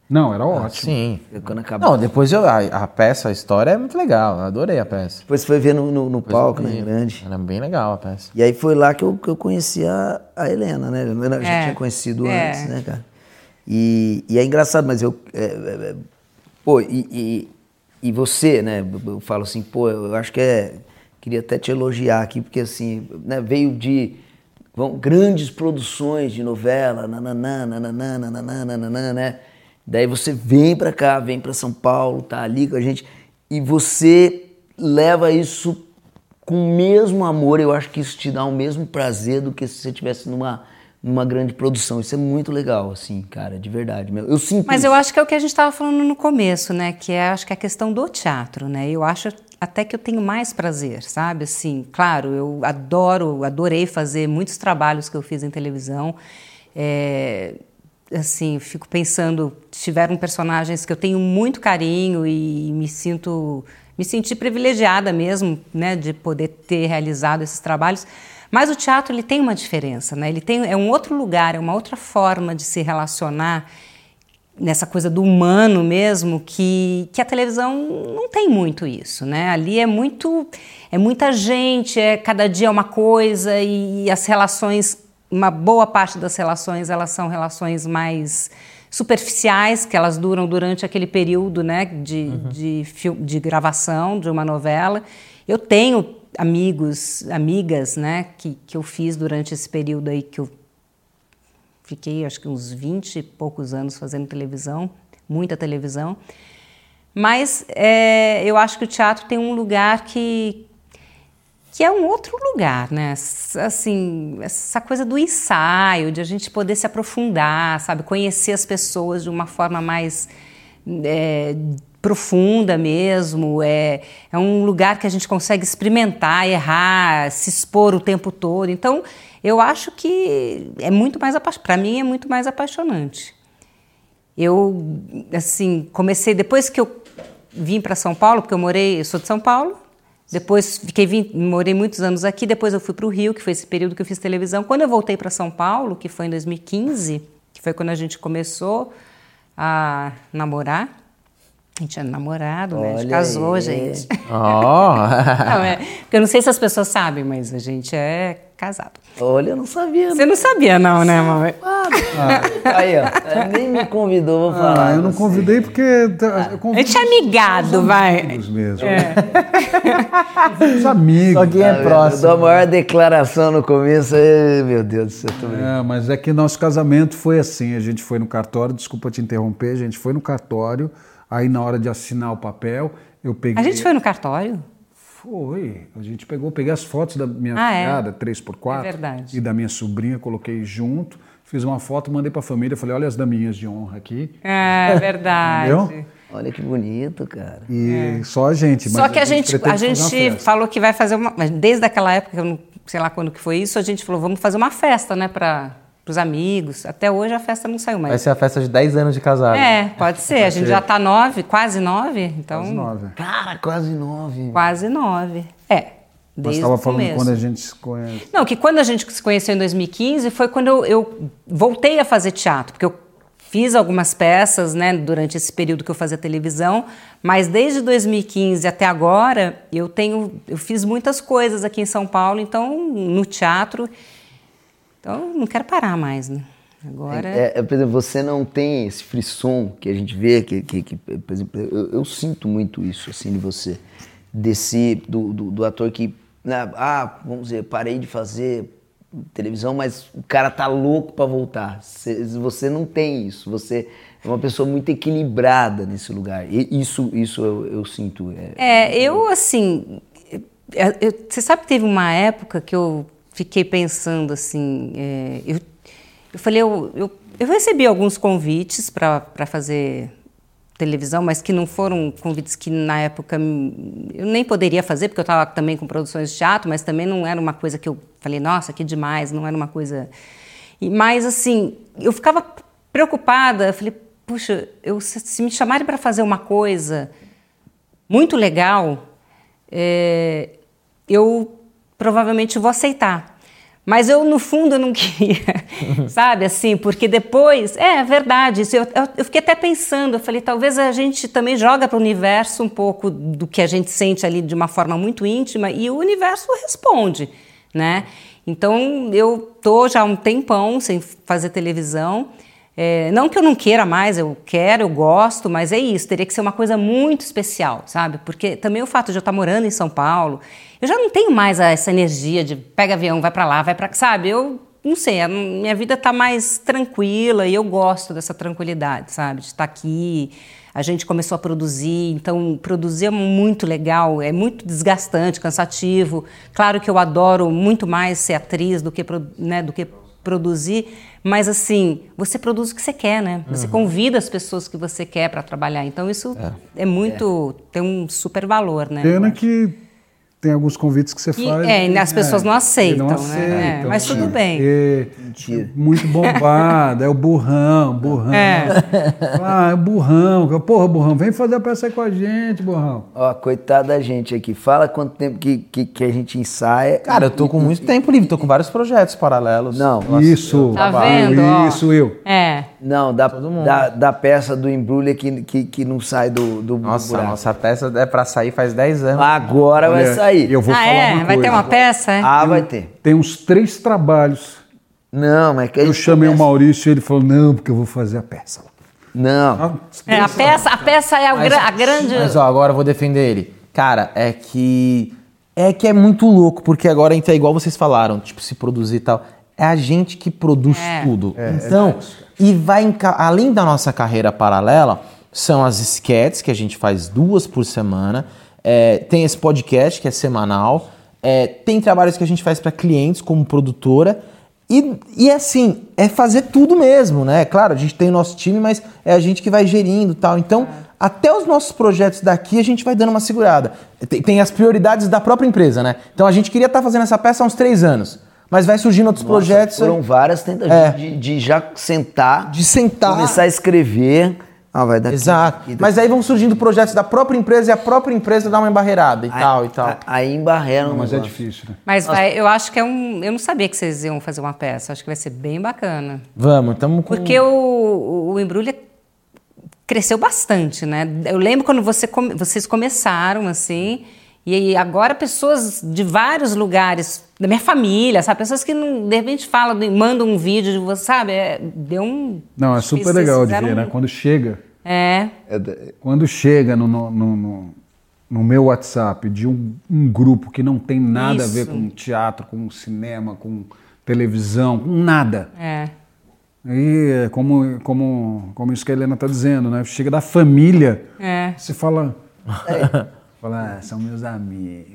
Não, era Ah, ótimo. sim. Quando acabou. Não, depois eu, a, a peça, a história é muito legal. Eu adorei a peça. Depois você foi ver no, no, no Depois palco, eu né, vi. grande. Era bem legal a peça. E aí foi lá que eu, que eu conheci a, a Helena, né? Eu já É, tinha conhecido é. antes, né, cara? E, e é engraçado, mas eu... É, é, é, pô, e, e, e você, né? Eu falo assim, pô, eu acho que é... Queria até te elogiar aqui, porque assim, né, veio de... Vão, grandes produções de novela, nananã, nananã, nananã, nananã, né? Daí você vem pra cá, vem pra São Paulo, tá ali com a gente, e você leva isso com o mesmo amor. Eu acho que isso te dá o mesmo prazer do que se você estivesse numa, numa grande produção. Isso é muito legal, assim, cara, de verdade. Eu sinto Mas isso. eu acho que é o que a gente estava falando no começo, né? Que é, acho que é a questão do teatro, né? Eu acho até que eu tenho mais prazer, sabe? Assim, claro, eu adoro, adorei fazer muitos trabalhos que eu fiz em televisão. É, assim, fico pensando, tiveram personagens que eu tenho muito carinho e me sinto, me senti privilegiada mesmo, né? De poder ter realizado esses trabalhos. Mas o teatro, ele tem uma diferença, né? Ele tem, é um outro lugar, é uma outra forma de se relacionar nessa coisa do humano mesmo, que, que a televisão não tem muito isso, né? Ali é muito, é muita gente, é, cada dia é uma coisa e, e as relações, uma boa parte das relações, elas são relações mais superficiais, que elas duram durante aquele período, né, de, uhum. de, de, de gravação de uma novela. Eu tenho amigos, amigas, né, que, que eu fiz durante esse período aí que eu fiquei, acho que uns vinte e poucos anos fazendo televisão, muita televisão. Mas é, eu acho que o teatro tem um lugar que, que é um outro lugar, né? Assim, essa coisa do ensaio, de a gente poder se aprofundar, sabe? Conhecer as pessoas de uma forma mais é, profunda mesmo. É, é um lugar que a gente consegue experimentar, errar, se expor o tempo todo. Então, eu acho que é muito mais apaixonante. Para mim, é muito mais apaixonante. Eu, assim, comecei... Depois que eu vim para São Paulo, porque eu morei... Eu sou de São Paulo. Depois fiquei, vim, morei muitos anos aqui. Depois eu fui para o Rio, que foi esse período que eu fiz televisão. Quando eu voltei para São Paulo, que foi em dois mil e quinze, que foi quando a gente começou a namorar... A gente tinha namorado, né? A gente casou, aí. gente. Oh. Não, é, porque eu não sei se as pessoas sabem, mas a gente é casado. Olha, eu não sabia. Você não sabia não, né, mamãe? Ah, aí, ó. Nem me convidou, vou falar. Ah, eu não convidei porque... Eu a gente é amigado, vai. Mesmo. É. Os amigos. Só quem é tá próximo. Eu dou a maior declaração no começo. Aí, meu Deus do céu. Tô é, mas é que nosso casamento foi assim. A gente foi no cartório, desculpa te interromper, a gente foi no cartório. Aí, na hora de assinar o papel, eu peguei... A gente foi no cartório? Foi. A gente pegou, peguei as fotos da minha ah, filhada, é? três por quatro, é verdade. E da minha sobrinha, coloquei junto, fiz uma foto, mandei para a família, falei, olha as daminhas de honra aqui. É verdade. Entendeu? Olha que bonito, cara. E é. só a gente. Só mas que a gente, a gente falou que vai fazer uma... Desde aquela época, eu não sei lá quando que foi isso, a gente falou, vamos fazer uma festa, né, para... os amigos. Até hoje a festa não saiu mais. Vai ser a festa de dez anos de casado. É, pode ser. A gente já tá nove, quase nove. Então... Quase nove. Cara, quase nove. Quase nove. É, desde estava o falando começo. quando a gente se conhece. Não, que quando a gente se conheceu em dois mil e quinze foi quando eu, eu voltei a fazer teatro, porque eu fiz algumas peças, né, durante esse período que eu fazia televisão, mas desde dois mil e quinze até agora eu tenho, eu fiz muitas coisas aqui em São Paulo, então no teatro... Então, não quero parar mais, né? Agora... É, é, por exemplo, você não tem esse frisson que a gente vê, que, que, que por exemplo, eu, eu sinto muito isso, assim, de você. Desse, do, do, do ator que, né, ah, vamos dizer, parei de fazer televisão, mas o cara tá louco para voltar. Você, você não tem isso, você é uma pessoa muito equilibrada nesse lugar. E isso, isso eu, eu sinto. É, é eu, assim, eu, eu, você sabe que teve uma época que eu fiquei pensando assim, é, eu, eu falei, eu, eu, eu recebi alguns convites para fazer televisão, mas que não foram convites que na época eu nem poderia fazer, porque eu estava também com produções de teatro, mas também não era uma coisa que eu falei, nossa, que demais, não era uma coisa... E, mas assim, eu ficava preocupada, eu falei, puxa, eu, se me chamarem para fazer uma coisa muito legal, é, eu... provavelmente vou aceitar. Mas eu, no fundo, eu não queria, sabe, assim, porque depois, é, é verdade, isso, eu, eu, eu fiquei até pensando, eu falei, talvez a gente também joga para o universo um pouco do que a gente sente ali de uma forma muito íntima e o universo responde, né? Então, eu tô já há um tempão sem fazer televisão, é, não que eu não queira mais, eu quero, eu gosto, mas é isso, teria que ser uma coisa muito especial, sabe? Porque também o fato de eu estar morando em São Paulo, eu já não tenho mais essa energia de pega avião, vai para lá, vai para... Sabe, eu não sei, a minha vida está mais tranquila e eu gosto dessa tranquilidade, sabe? De estar aqui, a gente começou a produzir, então produzir é muito legal, é muito desgastante, cansativo. Claro que eu adoro muito mais ser atriz do que, né, do que produzir, mas assim, você produz o que você quer, né? Você uhum. convida as pessoas que você quer para trabalhar, então isso é, é muito, é. tem um super valor, né? Pena que tem alguns convites que você e, faz... É, e as pessoas é, não aceitam, não aceitam, né? É, mas tudo né? bem. É, muito bombado, é o burrão, burrão. É. Ah, é burrão. Porra, burrão, vem fazer a peça aí com a gente, burrão. Ó, coitada da gente aqui. Fala quanto tempo que, que, que a gente ensaia. Cara, eu tô com muito tempo livre, tô com vários projetos paralelos. Não. Nossa, isso. Tá vendo? Isso, eu. É. Não, da, da, da peça do Embrulha que, que, que não sai do, do Nossa, buraco. nossa peça é pra sair faz dez anos. Agora Olha, vai sair. Eu vou ah, falar é? uma Vai coisa. ter uma peça? É? Ah, tem, vai ter. Tem uns três trabalhos. Não, mas que a Eu gente chamei começa... o Maurício e ele falou, não, porque eu vou fazer a peça. Não. É, a peça, a peça é a, mas, gra a grande... Mas ó, agora eu vou defender ele. Cara, é que... É que é muito louco, porque agora entra igual vocês falaram, tipo, se produzir e tal. É a gente que produz É. tudo. É, então, é e vai... Em, além da nossa carreira paralela, são as sketches, que a gente faz duas por semana. É, tem esse podcast, que é semanal. É, tem trabalhos que a gente faz para clientes, como produtora. E, e assim, é fazer tudo mesmo, né? Claro, a gente tem o nosso time, mas é a gente que vai gerindo e tal. Então, é. até os nossos projetos daqui, a gente vai dando uma segurada. Tem, tem as prioridades da própria empresa, né? Então, a gente queria estar fazendo essa peça há uns três anos. Mas vai surgindo outros Nossa, projetos. Foram várias tentativas É. de, de já sentar, De sentar. começar a escrever. Ah, vai daqui, Exato. daqui, daqui. Mas aí vão surgindo projetos da própria empresa e a própria empresa dá uma embarreirada e aí, tal e tal. Aí embarreram. Não, mas é negócio. difícil, né? Mas vai, eu acho que é um... Eu não sabia que vocês iam fazer uma peça. Acho que vai ser bem bacana. Vamos, estamos com... Porque o, o Embrulha cresceu bastante, né? Eu lembro quando você come, vocês começaram, assim... E agora pessoas de vários lugares, da minha família, sabe? Pessoas que não, de repente falam, mandam um vídeo de você, sabe? É, deu um... Não, é super vocês legal de ver, fizeram né? um- Quando chega... É. Quando chega no, no, no, no- no meu WhatsApp de um, um grupo que não tem nada Isso. a ver com teatro, com cinema, com televisão, com nada. É. E é como, como, como isso que a Helena está dizendo, né? Chega da família, É. você fala... fala, ah, são meus amigos.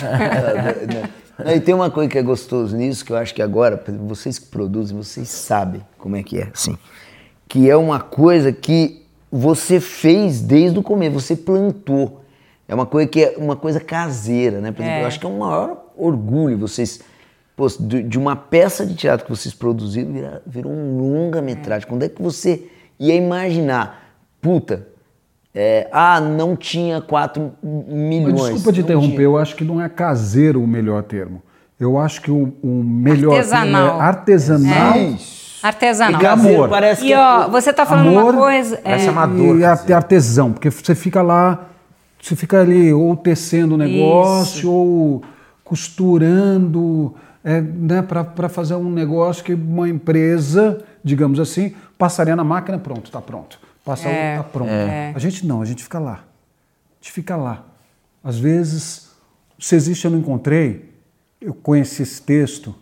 Não, e tem uma coisa que é gostoso nisso, que eu acho que agora, por exemplo, vocês que produzem, vocês sabem como é que é, assim. Que é uma coisa que você fez desde o começo, você plantou. É uma coisa que é uma coisa caseira, né? Por exemplo, É. eu acho que é um maior orgulho vocês... Pô, de, de uma peça de teatro que vocês produziram, vira- virou um longa-metragem. Quando é que você ia imaginar? Puta, é, ah, não tinha quatro milhões. Mas desculpa te não interromper, tinha. eu acho que não é caseiro o melhor termo. Eu acho que o, o melhor Artesanal. termo é artesanal. Artesanal. E amor. Parece E que ó, você tá falando Amor, uma coisa... parece é, amador. E arte- artesão, porque você fica lá, você fica ali ou tecendo o negócio, Isso. ou costurando, é, né, para fazer um negócio que uma empresa, digamos assim, passaria na máquina, pronto, está pronto. Passa É, tá pronto. é. A gente não, a gente fica lá. A gente fica lá. Às vezes, se existe eu não encontrei, eu conheci esse texto,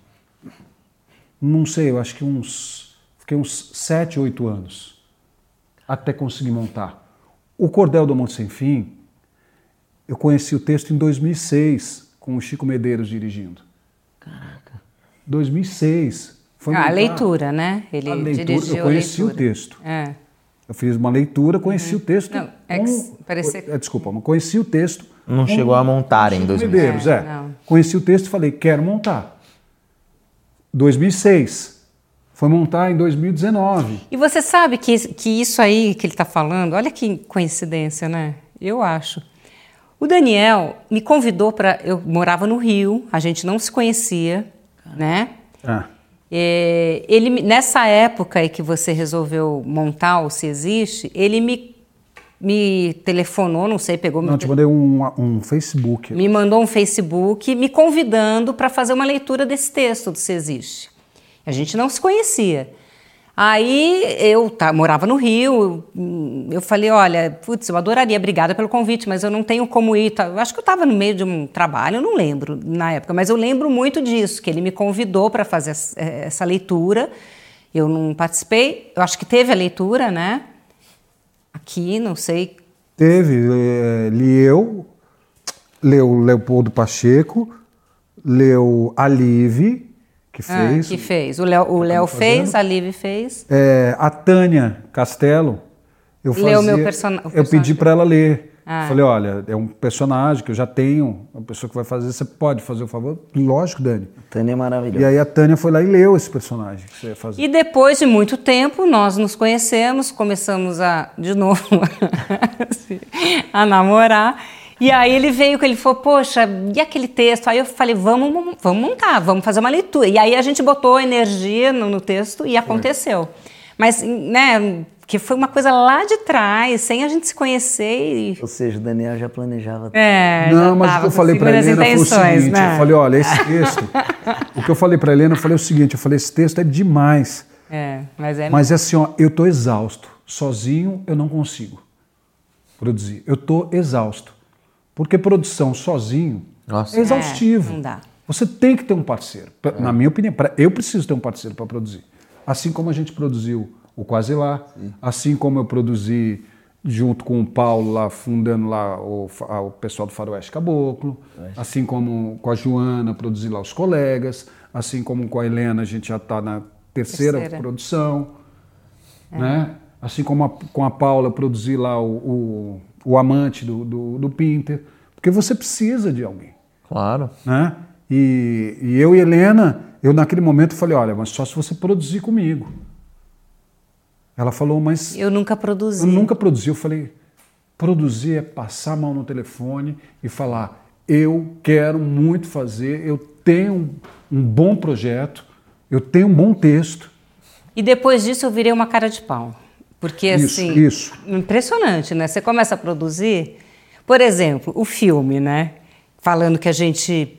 não sei, eu acho que uns, fiquei uns sete, oito anos até conseguir montar. O Cordel do Amor Sem Fim, eu conheci o texto em dois mil e seis, com o Chico Medeiros dirigindo. Caraca. dois mil e seis. Foi Ah, a montar- leitura, né? Ele a leitura, dirigiu eu conheci a o leitura. texto. É. Eu fiz uma leitura, conheci o texto. Não, é que com- parecia- é, desculpa, não conheci o texto. Não com chegou a montar o em Chico dois mil. Medeiros, É, é. não. Conheci o texto e falei, quero montar. dois mil e seis. Foi montar em dois mil e dezenove. E você sabe que, que isso aí que ele está falando, olha que coincidência, né? Eu acho. O Daniel me convidou para... Eu morava no Rio, a gente não se conhecia, né? Ah. É, ele, nessa época em que você resolveu montar o Se Existe, ele me, me telefonou, não sei, pegou... Não, eu te mandei um, um Facebook. Me mandou um Facebook me convidando para fazer uma leitura desse texto do Se Existe. A gente não se conhecia. Aí eu tá, morava no Rio, eu, eu falei, olha, putz, eu adoraria, obrigada pelo convite, mas eu não tenho como ir. Tá? Eu acho que eu estava no meio de um trabalho, eu não lembro na época, mas eu lembro muito disso, que ele me convidou para fazer essa, essa leitura. Eu não participei, eu acho que teve a leitura, né? Aqui, não sei. Teve, é, li eu, leu Leopoldo Pacheco, leu a Live, que fez. Ah, que fez. O Léo, o Léo fez, a Liv fez. É, a Tânia Castelo, eu fazia, Leu meu person- o eu pedi personagem. para ela ler. Ah. Falei, olha, é um personagem que eu já tenho, uma pessoa que vai fazer, você pode fazer o favor? Lógico, Dani. Tânia é maravilhosa. E aí a Tânia foi lá e leu esse personagem que você ia fazer. E depois de muito tempo, nós nos conhecemos, começamos a, de novo, a namorar. E aí ele veio, ele falou, poxa, e aquele texto? Aí eu falei, vamos, vamos montar, vamos fazer uma leitura. E aí a gente botou energia no, no texto e aconteceu. Mas, né, que foi uma coisa lá de trás, sem a gente se conhecer. E... Ou seja, o Daniel já planejava. É, Não, já mas o tava que eu com falei para segundas Helena foi o intenções, seguinte, né? eu falei, olha, esse texto, o que eu falei para Helena, eu falei o seguinte, eu falei, esse texto é demais, É, mas é... mas é assim, ó, eu tô exausto, sozinho eu não consigo produzir, eu tô exausto, porque produção sozinho Nossa. é exaustivo. É, não dá. Você tem que ter um parceiro, pra- na minha opinião, pra- eu preciso ter um parceiro para produzir, assim como a gente produziu o Quase Lá, assim como eu produzi junto com o Paulo lá, fundando lá o, fa- o pessoal do Faroeste Caboclo, assim como com a Joana, produzi lá os Colegas, assim como com a Helena, a gente já está na terceira, Terceira. produção, né? Assim como a, com a Paula, produzi lá o, o, o Amante do, do, do Pinter, porque você precisa de alguém, Claro. né? E, e eu e Helena, eu naquele momento falei, olha, mas só se você produzir comigo. Ela falou, mas Eu nunca produzi. eu nunca produzi. Eu falei, produzir é passar a mão no telefone e falar, eu quero muito fazer, eu tenho um, um bom projeto, eu tenho um bom texto. E depois disso eu virei uma cara de pau. Porque, Isso, assim, isso. impressionante, né? Você começa a produzir, por exemplo, o filme, né? Falando que a gente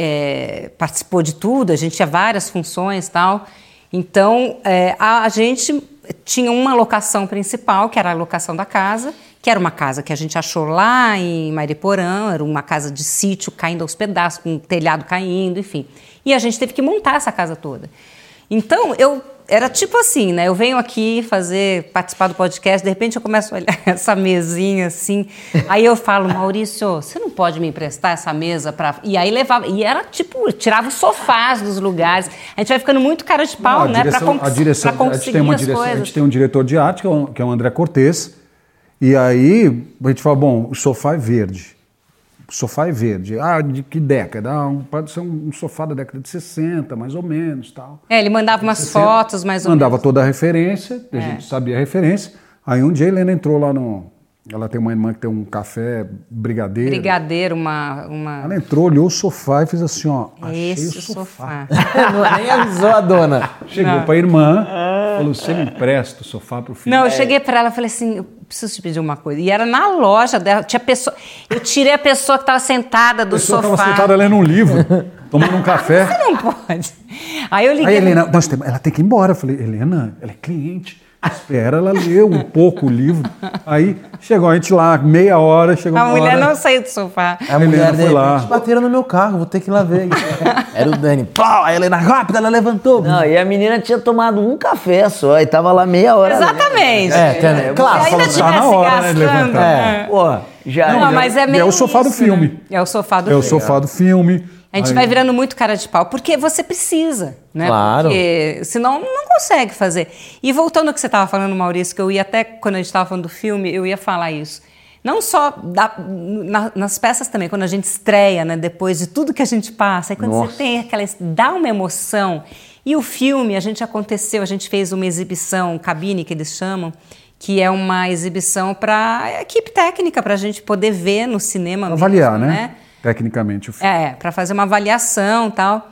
é, participou de tudo, a gente tinha várias funções e tal. Então, é, a, a gente tinha uma locação principal, que era a locação da casa, que era uma casa que a gente achou lá em Mariporã, era uma casa de sítio caindo aos pedaços, com o telhado caindo, enfim. E a gente teve que montar essa casa toda. Então, eu era tipo assim, né? Eu venho aqui fazer, participar do podcast, de repente eu começo a olhar essa mesinha assim, aí eu falo, Maurício, você não pode me emprestar essa mesa para... E aí levava, e era tipo, tirava os sofás dos lugares. A gente vai ficando muito cara de pau, Não, a né? direção- Para a direção, a gente conseguir tem uma as direção, a coisas. gente tem um diretor de arte, que é o, que é o André Cortez, e aí a gente fala, bom, o sofá é verde. O sofá é verde. Ah, de que década? Ah, um, pode ser um, um sofá da década de sessenta, mais ou menos, tal. É, ele mandava umas sessenta, fotos, mais ou Mandava menos. toda a referência, a É. gente sabia a referência. Aí um dia a Helena entrou lá no... Ela tem uma irmã que tem um café brigadeiro. Brigadeiro, uma... uma... Ela entrou, olhou o sofá e fez assim, ó, É achei esse o o sofá. sofá. Nem avisou a dona. Chegou Não. pra irmã, falou, você me empresta o sofá pro filho? Não, eu cheguei pra ela e falei assim, eu preciso te pedir uma coisa. E era na loja dela, tinha pessoa... Eu tirei a pessoa que estava sentada do A pessoa sofá. estava sentada lendo um livro, tomando um café. Você não pode. Aí eu liguei... Aí, Helena, nós temos, ela tem que ir embora. Eu falei, Helena, ela é cliente. Espera, ela leu um pouco o livro. Aí chegou a gente lá, meia hora, chegou A uma mulher hora. não saiu do sofá. A Helena mulher foi dele, lá. bateram no meu carro, vou ter que ir lá ver. Era o Dani. Pau, a Helena rápida, ela levantou. Não, e a menina tinha tomado um café só e tava lá meia hora. Exatamente. É, tem- claro, Se ainda falando, tá tivesse na hora, né, de gastando... levantar. é. Pô, já. Não, e é- mas é e é meio o sofá do isso, filme. né? É o sofá do É o filme. sofá do filme. A gente Aí- vai virando muito cara de pau, porque você precisa, né? Claro. Porque senão não consegue fazer. E voltando ao que você estava falando, Maurício, que eu ia até, quando a gente estava falando do filme, eu ia falar isso. Não só da- na- nas peças também, quando a gente estreia, né? Depois de tudo que a gente passa, aí quando Nossa. você tem aquela... dá uma emoção. E o filme, a gente aconteceu, a gente fez uma exibição, cabine que eles chamam, que é uma exibição para equipe técnica, para a gente poder ver no cinema mesmo, Avaliar, né? Tecnicamente o filme. é, para fazer uma avaliação e tal.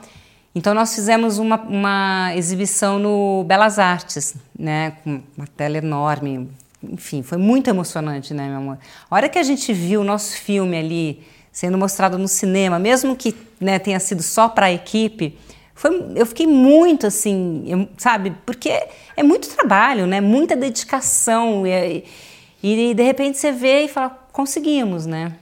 Então nós fizemos uma, uma exibição no Belas Artes, né, com uma tela enorme, enfim, foi muito emocionante, né, meu amor? A hora que a gente viu o nosso filme ali sendo mostrado no cinema, mesmo que, né, tenha sido só para a equipe, foi, eu fiquei muito assim, eu, sabe, porque é muito trabalho, né, muita dedicação, e, e de repente você vê e fala, conseguimos, né?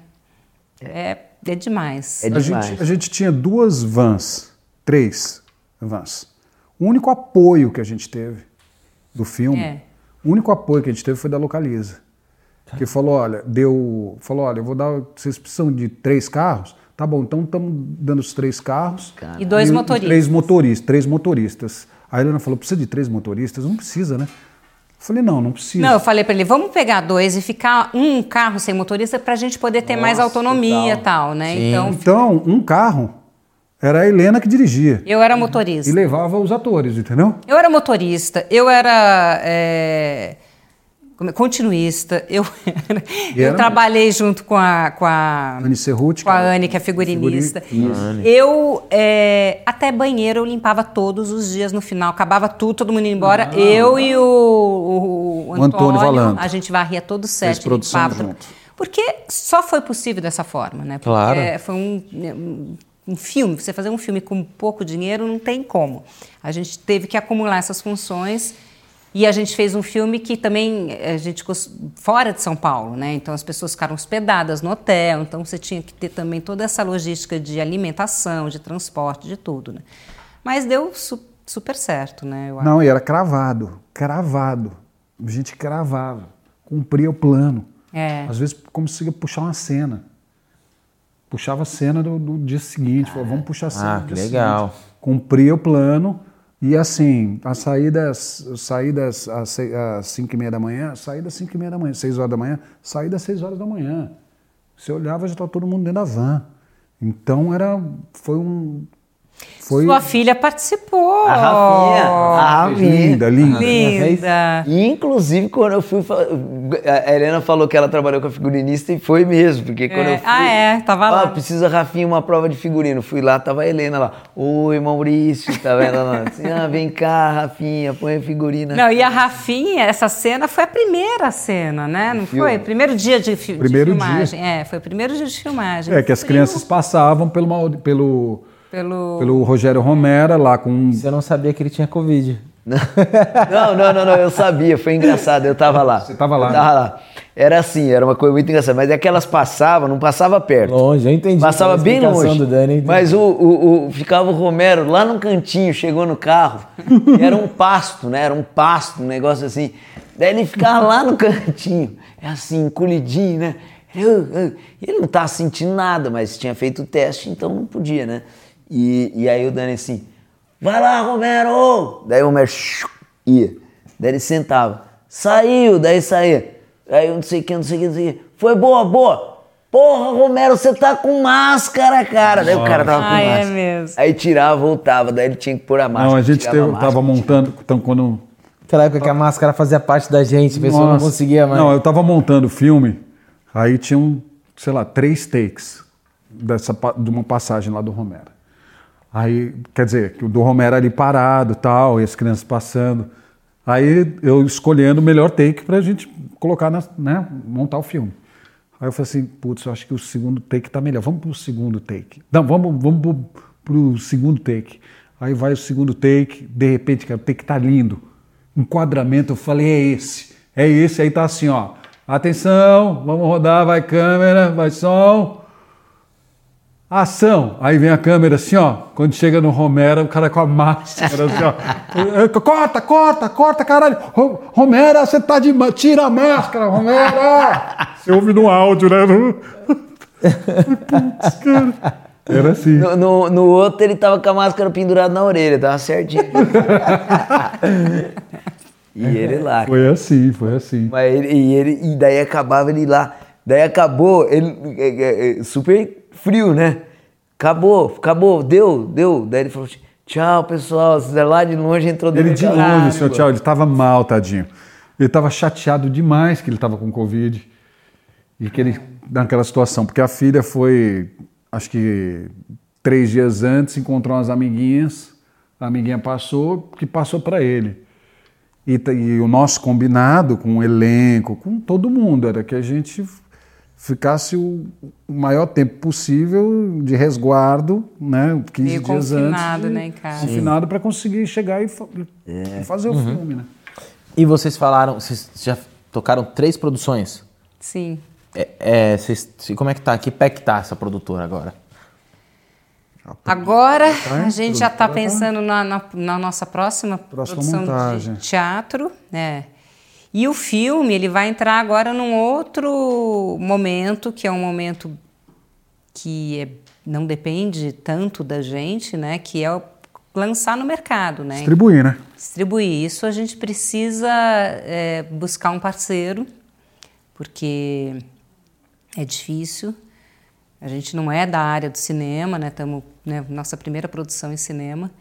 É, é demais. É A demais. gente, a gente tinha duas vans, três vans. O único apoio que a gente teve do filme, É. o único apoio que a gente teve foi da Localiza. Que falou, olha, deu, falou, olha, eu vou dar, vocês precisam de três carros? Tá bom, então estamos dando os três carros. E dois e, motoristas. E três motoristas, três motoristas. A Helena falou, precisa de três motoristas? Não precisa, né? Eu falei, não, não precisa. Não, eu falei para ele, vamos pegar dois e ficar um carro sem motorista para a gente poder ter mais Nossa, autonomia e total. tal, né? Sim. Então, Então, um carro era a Helena que dirigia. eu era E motorista. levava os atores, entendeu? Eu era motorista, eu era é, como é, continuista, eu, era- eu era trabalhei junto com a, com a, Anne Cerruti, com a que era Anne, que é figurinista. figuri- Eu, é, até banheiro, eu limpava todos os dias no final, acabava tudo, todo mundo ia embora. Eu e o, o, o O Antônio Valando. a gente varria todo o Fez set, produção limpava. junto. Porque só foi possível dessa forma, né? Porque Claro. é, foi um, um, um filme, você fazer um filme com pouco dinheiro não tem como. A gente teve que acumular essas funções e a gente fez um filme que também a gente cos- fora de São Paulo, né? Então as pessoas ficaram hospedadas no hotel, então você tinha que ter também toda essa logística de alimentação, de transporte, de tudo, né? Mas deu su- super certo, né? Eu acho. Não, e era cravado, cravado. A gente cravava, cumpria o plano. É. Às vezes conseguia puxar uma cena. Puxava a cena do, do dia seguinte, falava, vamos puxar a cena Ah, do que dia legal. seguinte. Cumpria o plano e assim, as saídas, saídas às se- às cinco e meia da manhã, saída às cinco e meia da manhã, seis horas da manhã, saída às seis horas da manhã. Você olhava, já estava todo mundo dentro da van. Então era, foi um... Foi Sua filha participou. A Rafinha, a Rafinha. linda, linda. Linda. E, inclusive, quando eu fui... fa- A Helena falou que ela trabalhou com a figurinista e foi mesmo, porque quando É. eu fui... Ah, é? Tava lá. Ah, precisa, Rafinha, uma prova de figurino. Fui lá, tava a Helena lá. Oi, Maurício, tá vendo? Ela assim, ah, vem cá, Rafinha, põe a figurina. Não, e a Rafinha, essa cena foi a primeira cena, né? Não Filme. foi? Primeiro dia de, fi- de Primeiro filmagem. É, foi o primeiro dia de filmagem. É que as Frio, crianças passavam pelo, Mauri- pelo, Pelo... pelo Rogério Romera lá com... Você não sabia que ele tinha Covid. Não, não, não, não, eu sabia, foi engraçado, eu tava lá. Você tava lá, Eu tava lá. Era assim, era uma coisa muito engraçada, mas é que elas passavam, não passava perto. Longe, eu entendi. Passava A bem explicação longe. do Dani, eu entendi. Mas o, o, o- ficava o Romero lá no cantinho, chegou no carro, e era um pasto, né? Era um pasto, um negócio assim. Daí ele ficava lá no cantinho, é assim, encolhidinho, né? Ele, "Ah, ah." E ele não tava sentindo nada, mas tinha feito o teste, então não podia, né? E, e aí o Dani assim, vai lá, Romero! Daí o Romero shoo, ia. Daí ele sentava. Saiu, daí saía. Aí eu não sei o que, não sei o que, não sei o que. Foi boa, boa. Porra, Romero, você tá com máscara, cara. Daí o cara tava com Ah, é máscara. mesmo. Aí tirava, voltava. Daí ele tinha que pôr a máscara. Não, a gente tirava teve, máscara. tava montando, então quando... Aquela época que a máscara fazia parte da gente, a pessoa não Nossa. conseguia mais. Não, eu tava montando o filme, aí tinham, sei lá, três takes dessa, pa- de uma passagem lá do Romero. Aí, quer dizer, que o do Romero ali parado e tal, e as crianças passando. Aí eu escolhendo o melhor take pra gente colocar, na, né, montar o filme. Aí eu falei assim, putz, eu acho que o segundo take tá melhor, vamos pro segundo take. Não, vamos, vamos pro, pro segundo take. Aí vai o segundo take, de repente, cara, o take tá lindo. Enquadramento, eu falei, é esse, é esse. Aí tá assim, ó, atenção, vamos rodar, vai câmera, vai som. Ação! Aí vem a câmera assim, ó. Quando chega no Romero, o cara com a máscara assim, ó. Corta, corta, corta, caralho! Ro- Romero, você tá de. ma- Tira a máscara, Romero! Você ouve no áudio, né? Putz, cara. Era assim. No, no, no outro ele tava com a máscara pendurada na orelha, tava certinho. E ele lá. Foi assim, foi assim. Mas ele, e, ele, e daí acabava ele lá. Daí acabou, ele é, é, é, super frio, né? Acabou, acabou, deu, deu. Daí ele falou assim, tchau, pessoal. Você lá de longe entrou Ele dentro de daquela longe, água. senhor Tchau, ele estava mal, tadinho. Ele estava chateado demais que ele estava com Covid. E que ele, naquela situação, porque a filha foi, acho que três dias antes, encontrou umas amiguinhas, a amiguinha passou, que passou para ele. E, e o nosso combinado com o elenco, com todo mundo, era que a gente ficasse o, o maior tempo possível de resguardo, né, quinze Meio dias confinado, antes, né, em casa. confinado para conseguir chegar e, fa é. e fazer o Uhum. filme, né? E vocês falaram, vocês já tocaram três produções? Sim. É, é, vocês, como é que tá? Que pé que tá essa produtora agora? Agora a gente já está pensando na, na, na nossa próxima, Próxima produção montagem. de teatro, né? E o filme ele vai entrar agora num outro momento, que é um momento que é, não depende tanto da gente, né? Que é o lançar no mercado, né? Distribuir, né? Distribuir. Isso a gente precisa é, buscar um parceiro, porque é difícil. A gente não é da área do cinema, né? Estamos, né, nossa primeira produção em cinema.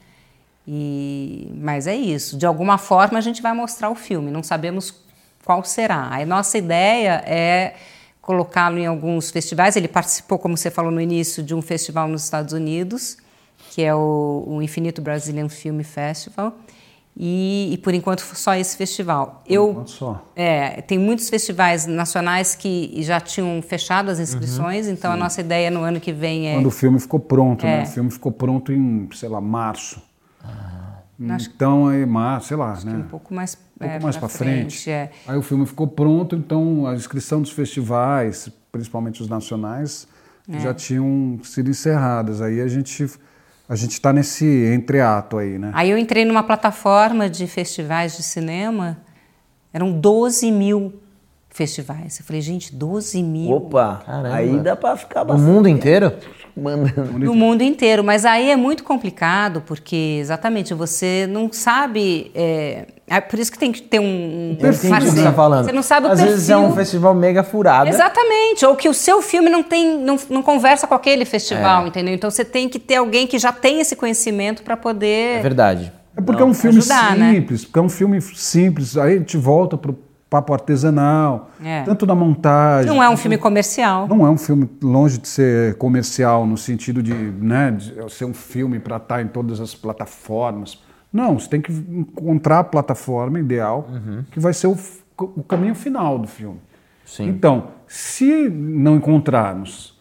E, mas é isso. De alguma forma a gente vai mostrar o filme. Não sabemos qual será. A nossa ideia é colocá-lo em alguns festivais. Ele participou, como você falou no início, de um festival nos Estados Unidos, que é o, o Infinito Brazilian Film Festival. E, e por enquanto só esse festival. Eu, só. É, tem muitos festivais nacionais que já tinham fechado as inscrições, uhum, então sim. A nossa ideia no ano que vem é... Quando o filme ficou pronto, é. né? O filme ficou pronto em, sei lá, março. Ah, então, aí, março, sei lá, né? Um pouco mais, um pouco é, mais para frente. frente é. Aí o filme ficou pronto, então a inscrição dos festivais, principalmente os nacionais, é. já tinham sido encerradas. Aí a gente... A gente está nesse entreato aí, né? Aí eu entrei numa plataforma de festivais de cinema, eram doze mil festivais. Eu falei, gente, doze mil? Opa, caramba. Aí dá para ficar bastante. No mundo inteiro? Mandando. No mundo inteiro, mas aí é muito complicado, porque exatamente você não sabe... É, é por isso que tem que ter um... um perfil que você está falando. Você não sabe o Às perfil. vezes é um festival mega furado. Exatamente, ou que o seu filme não, tem, não, não conversa com aquele festival, é. entendeu? Então você tem que ter alguém que já tem esse conhecimento para poder... É verdade. É porque não, é um filme ajudar, simples, né? porque é um filme simples, aí a gente volta pro papo artesanal, é. tanto na montagem... Não é um filme comercial. Não é um filme longe de ser comercial, no sentido de, né, de ser um filme para estar em todas as plataformas. Não, você tem que encontrar a plataforma ideal, uhum. que vai ser o, o caminho final do filme. Sim. Então, se não encontrarmos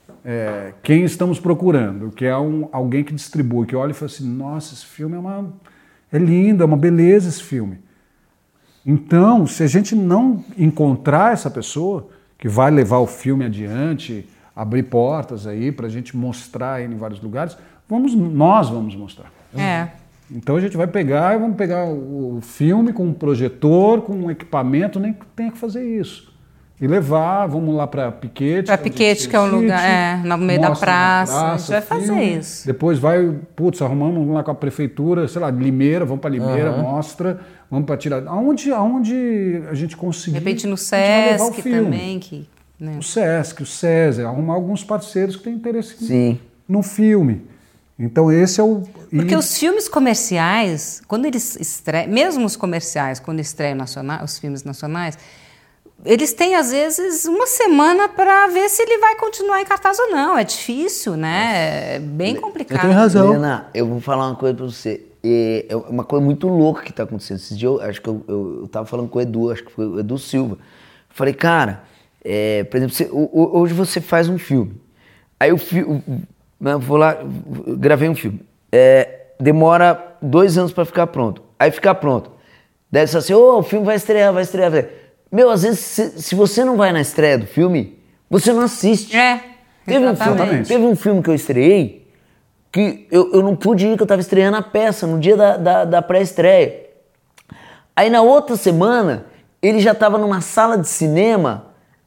é, quem estamos procurando, que é um, alguém que distribui, que olha e fala assim, nossa, esse filme é, uma, é lindo, é uma beleza esse filme. Então, se a gente não encontrar essa pessoa que vai levar o filme adiante, abrir portas aí para a gente mostrar ele em vários lugares, vamos, nós vamos mostrar. É. Então a gente vai pegar e vamos pegar o filme com um projetor, com um equipamento, nem que tenha que fazer isso. E levar, vamos lá para Piquete. Para Piquete, que é um lugar, é, no meio da praça, praça, a gente vai filme, fazer isso. Depois vai, putz, arrumamos vamos lá com a prefeitura, sei lá, Limeira, vamos para Limeira, uhum. mostra, vamos para tirar. Aonde, aonde a gente conseguir. De repente no Sesc também. Que, né? O Sesc, o César, arrumar alguns parceiros que têm interesse Sim. no filme. Então esse é o... Porque e... os filmes comerciais, quando eles estreiam, mesmo os comerciais, quando estreiam nacional, os filmes nacionais, eles têm, às vezes, uma semana para ver se ele vai continuar em cartaz ou não. É difícil, né? É bem complicado. Você tem razão. Helena, eu vou falar uma coisa para você. É uma coisa muito louca que está acontecendo. Esses dias, eu, acho que eu, eu, eu tava falando com o Edu, acho que foi o Edu Silva. Falei, cara, é, por exemplo, você, hoje você faz um filme. Aí eu, eu vou lá, gravei um filme. É, demora dois anos para ficar pronto. Aí fica pronto. Daí você assim, ô, oh, o filme vai estrear, vai estrear. Meu, às vezes, se, se você não vai na estreia do filme, você não assiste. É, teve um, filme, teve um filme que eu estreiei, que eu, eu não pude ir, que eu estava estreando a peça, no dia da, da, da pré-estreia. Aí, na outra semana, ele já estava numa sala de cinema,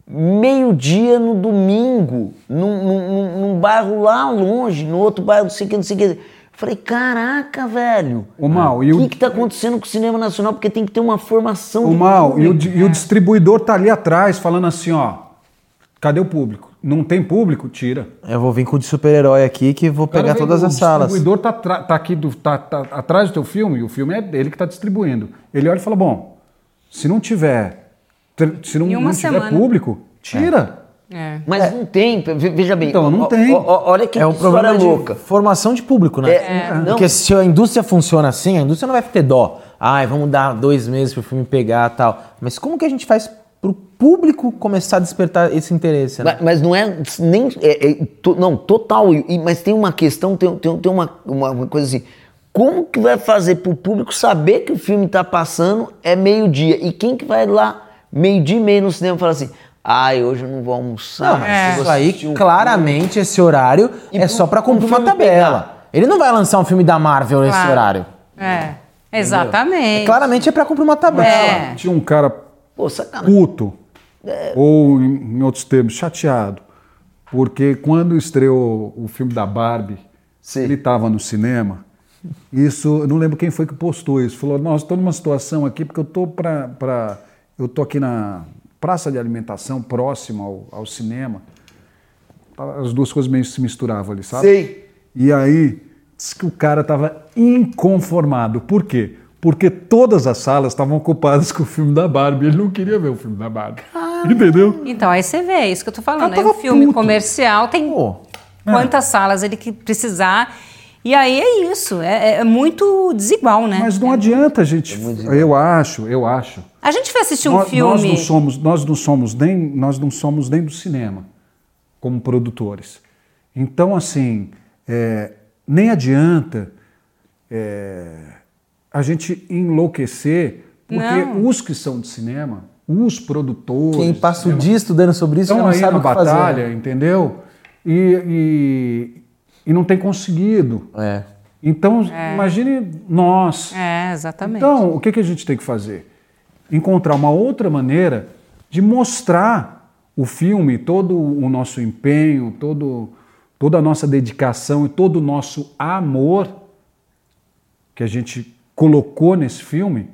meio-dia no domingo, num, num, num bairro lá longe, no outro bairro, não sei o que, não sei o que. Falei, caraca, velho, o mal, o e que o... que tá acontecendo com o cinema nacional? Porque tem que ter uma formação o de mal, público. E o, e o distribuidor tá ali atrás falando assim, ó, cadê o público? Não tem público? Tira. Eu vou vir com o de super-herói aqui que vou pegar Cara, todas o as salas. O distribuidor tá, tá aqui, do, tá, tá atrás do teu filme, e o filme é dele que tá distribuindo. Ele olha e fala, bom, se não tiver, se não, não tiver público, tira. É. Mas é. não tem, veja bem. Então, não o, tem. O, o, olha que é um história problema louca. De formação de público, né? É, é. Porque se a indústria funciona assim, a indústria não vai ter dó. Ai, vamos dar dois meses pro filme pegar e tal. Mas como que a gente faz pro público começar a despertar esse interesse, né? Mas, mas não é nem... É, é, to, não, total. E, mas tem uma questão, tem, tem, tem uma, uma coisa assim... Como que vai fazer pro público saber que o filme tá passando é meio-dia? E quem que vai lá meio-dia e meio no cinema e fala assim... Ai, hoje eu não vou almoçar. Não, mas isso aí, um claramente, filme. Esse horário e é só pra cumprir um uma tabela. Pegar. Ele não vai lançar um filme da Marvel claro. Nesse horário. É, exatamente. É, claramente é pra cumprir uma tabela. É. Tinha um cara Pô, puto, é. ou em outros termos, chateado, porque quando estreou o filme da Barbie, Sim. ele estava no cinema, isso, eu não lembro quem foi que postou isso, falou, nós estou numa situação aqui, porque eu estou pra, pra, eu tô aqui na praça de alimentação, próxima ao, ao cinema, as duas coisas meio se misturavam ali, sabe? Sim. E aí, disse que o cara estava inconformado, por quê? Porque todas as salas estavam ocupadas com o filme da Barbie. Ele não queria ver o filme da Barbie. Ah, entendeu? Então, aí você vê, é isso que eu tô falando. É um filme puto. Comercial, tem Pô, quantas é. salas ele que precisar. E aí é isso. É, é muito desigual, né? Mas não é adianta, gente. É eu acho, eu acho. A gente foi assistir um nós, filme... Nós não, somos, nós, não somos nem, nós não somos nem do cinema, como produtores. Então, assim, é, nem adianta... É, a gente enlouquecer, porque não. Os que são de cinema, os produtores... Quem passa o dia estudando sobre isso já não aí sabe na o que batalha, fazer. Entendeu? E, e, e não tem conseguido. É. Então, é. imagine nós. É, exatamente. Então, o que, que a gente tem que fazer? Encontrar uma outra maneira de mostrar o filme, todo o nosso empenho, todo, toda a nossa dedicação e todo o nosso amor que a gente colocou nesse filme,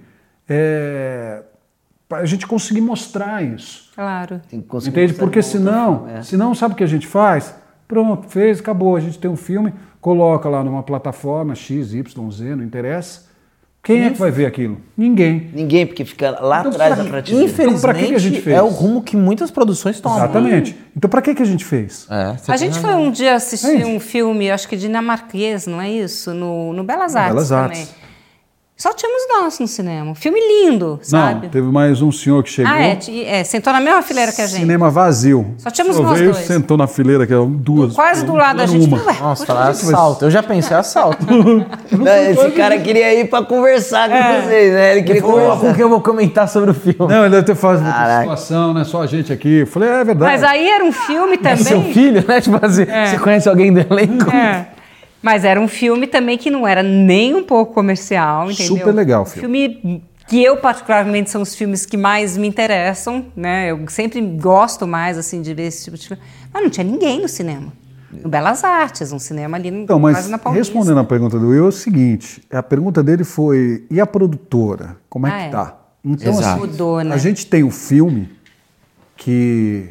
é, para a gente conseguir mostrar isso. Claro. Entende? Porque senão, é. senão, sabe o que a gente faz? Pronto, fez, acabou. A gente tem um filme, coloca lá numa plataforma X, Y, Z, não interessa. Quem Inf... é que vai ver aquilo? Ninguém. Ninguém, porque fica lá então, atrás da prateleira. Infelizmente, então, pra que que a gente fez? É o rumo que muitas produções tomam. Exatamente. Então, para que, que a gente fez? É, a gente foi um dia assistir é um filme, acho que dinamarquês, não é isso? No, no Belas Artes Belas também. Artes. Só tínhamos nós no cinema. Filme lindo, sabe? Não, teve mais um senhor que chegou. Ah, é, é sentou na mesma fileira que a gente. Cinema vazio. Só tínhamos Só nós veio, dois. Sentou na fileira, que eram duas. Quase do lado da gente. Uma. Ué, Nossa, falar assalto. Eu já pensei assalto. Não, esse cara queria ir pra conversar com é. vocês, né? Ele queria conversar. Com quem eu vou comentar sobre o filme. Não, ele deve ter falado uma situação, né? Só a gente aqui. Eu falei, é verdade. Mas aí era um filme também... É seu filho, né? Tipo assim, é. Você conhece alguém do elenco? É. Mas era um filme também que não era nem um pouco comercial, entendeu? Super legal o filme. Filme que eu, particularmente, são os filmes que mais me interessam, né? Eu sempre gosto mais, assim, de ver esse tipo de filme. Mas não tinha ninguém no cinema. No Belas Artes, um cinema ali então, quase mas na Paulista. Respondendo a pergunta do Will, é o seguinte, a pergunta dele foi, e a produtora? Como é ah, que é. tá? Então, Exato. assim, Mudou, né? a gente tem um filme que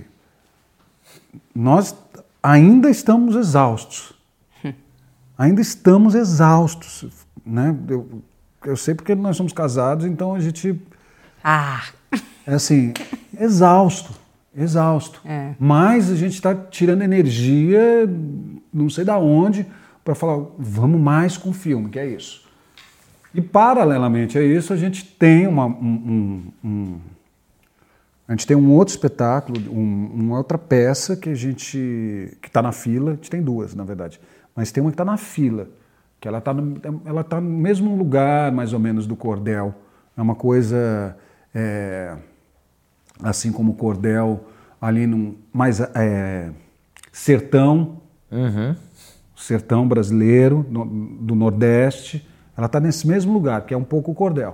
nós ainda estamos exaustos. Ainda estamos exaustos, né? Eu, eu sei porque nós somos casados, então a gente... Ah! É assim, exausto, exausto. É. Mas a gente está tirando energia, não sei da onde, para falar, vamos mais com o filme, que é isso. E paralelamente a isso, a gente tem uma... Um, um, um, a gente tem um outro espetáculo, um, uma outra peça que a gente... que está na fila, a gente tem duas, na verdade. Mas tem uma que está na fila, que ela está no, ela tá no mesmo lugar, mais ou menos, do Cordel. É uma coisa, é, assim como o Cordel, ali no mais é, sertão, uhum. sertão brasileiro, no, do Nordeste. Ela está nesse mesmo lugar, que é um pouco o Cordel.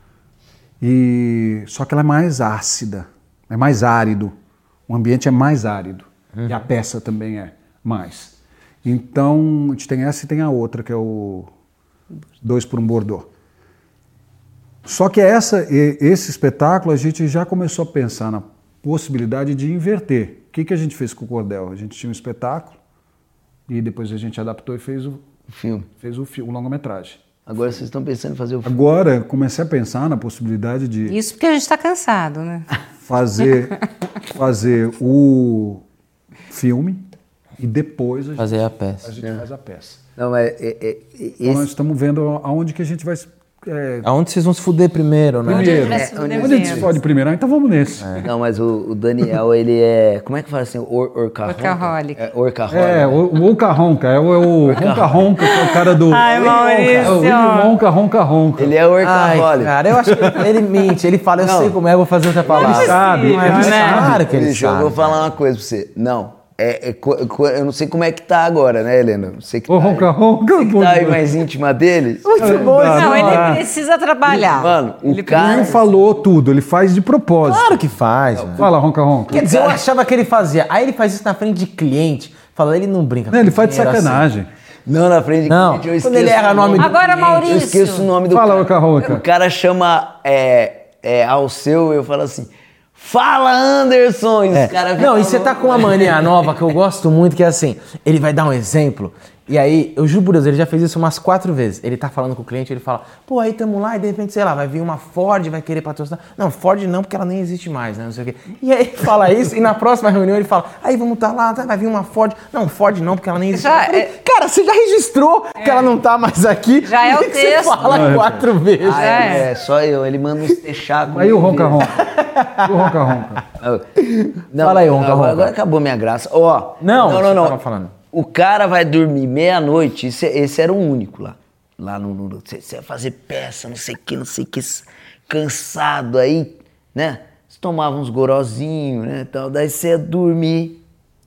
E, só que ela é mais ácida, é mais árido. O ambiente é mais árido. Uhum. E a peça também é mais. Então, a gente tem essa e tem a outra, que é o Dois por um Bordeaux. Só que essa, esse espetáculo, a gente já começou a pensar na possibilidade de inverter. O que, que a gente fez com o Cordel? A gente tinha um espetáculo e depois a gente adaptou e fez o filme. Fez o, o longa-metragem. Agora vocês estão pensando em fazer o filme? Agora, comecei a pensar na possibilidade de... Isso porque a gente está cansado, né? Fazer, fazer o... filme e depois a gente, Fazer a peça. a gente É. faz a peça. Não, é, é, é, Então nós esse, estamos vendo aonde que a gente vai... É, Aonde vocês vão se fuder primeiro, né? primeiro. vai se É, fuder Onde a gente se menos. fode primeiro? Ah, então vamos nesse. não, mas o, o Daniel, ele é, como é que fala assim, Or, orcaholic? Orcaholic. É, orcaholic. É, o, o Onca Ronca, é o, é o Ronca Ronca, que é o cara do... Ai, Maurício. É o Willy Wonka Ronca Ronca. Ele é Ai, orcaholic. cara, eu acho que ele, ele mente. Ele fala, eu Não. sei como é, eu vou fazer outra palavra. Ele sabe, Não é ele possível. sabe. Claro que ele Bicho, eu sabe. vou falar uma coisa pra você. Não, é, é co- co- eu não sei como é que tá agora, né, Helena? Você que Ô, tá, Ronca Ronca. você que tá aí mais íntima dele. Muito bom Ah, esse Não, ele Ah. precisa trabalhar. Mano, o Ele cara... Ele não falou tudo, ele faz de propósito. Claro que faz. né? Fala, Ronca Ronca. Quer dizer, eu achava que ele fazia. Aí ele faz isso na frente de cliente. Fala, ele não brinca. Não, com ele faz de dinheiro assim. sacanagem. Não, na frente de Não, cliente, eu quando ele esqueço erra o nome do Agora, Eu Maurício. esqueço o nome do Fala, cara. Ronca Ronca. O cara chama é, é, ao seu, eu falo assim, fala Anderson! E os É. cara Não, e ficam você tá com uma loucos. mania nova que eu gosto muito, que é assim, ele vai dar um exemplo, e aí, eu juro por Deus, ele já fez isso umas quatro vezes. Ele tá falando com o cliente, ele fala, pô, aí tamo lá, e de repente, sei lá, vai vir uma Ford, vai querer patrocinar. Não, Ford não, porque ela nem existe mais, né, não sei o quê. E aí ele fala isso, e na próxima reunião ele fala, aí vamos tá lá, tá, vai vir uma Ford. Não, Ford não, porque ela nem existe Já mais. Eu falei, é- cara, você já registrou que ela não tá mais aqui? Já é Por o que que você texto. fala quatro vezes. Ah, é, é, só eu, ele manda uns texacos. Aí o Ronca Ronca. O Ronca Ronca. Não, Fala aí, Ronca agora, Ronca. agora acabou minha graça. Ó, Não, não, você não, não. tava falando. O cara vai dormir meia-noite, esse, esse era o único lá. Lá no. no você, você ia fazer peça, não sei o que, não sei o que, cansado aí, né? Você tomava uns gorozinhos, né? Tal, daí você ia dormir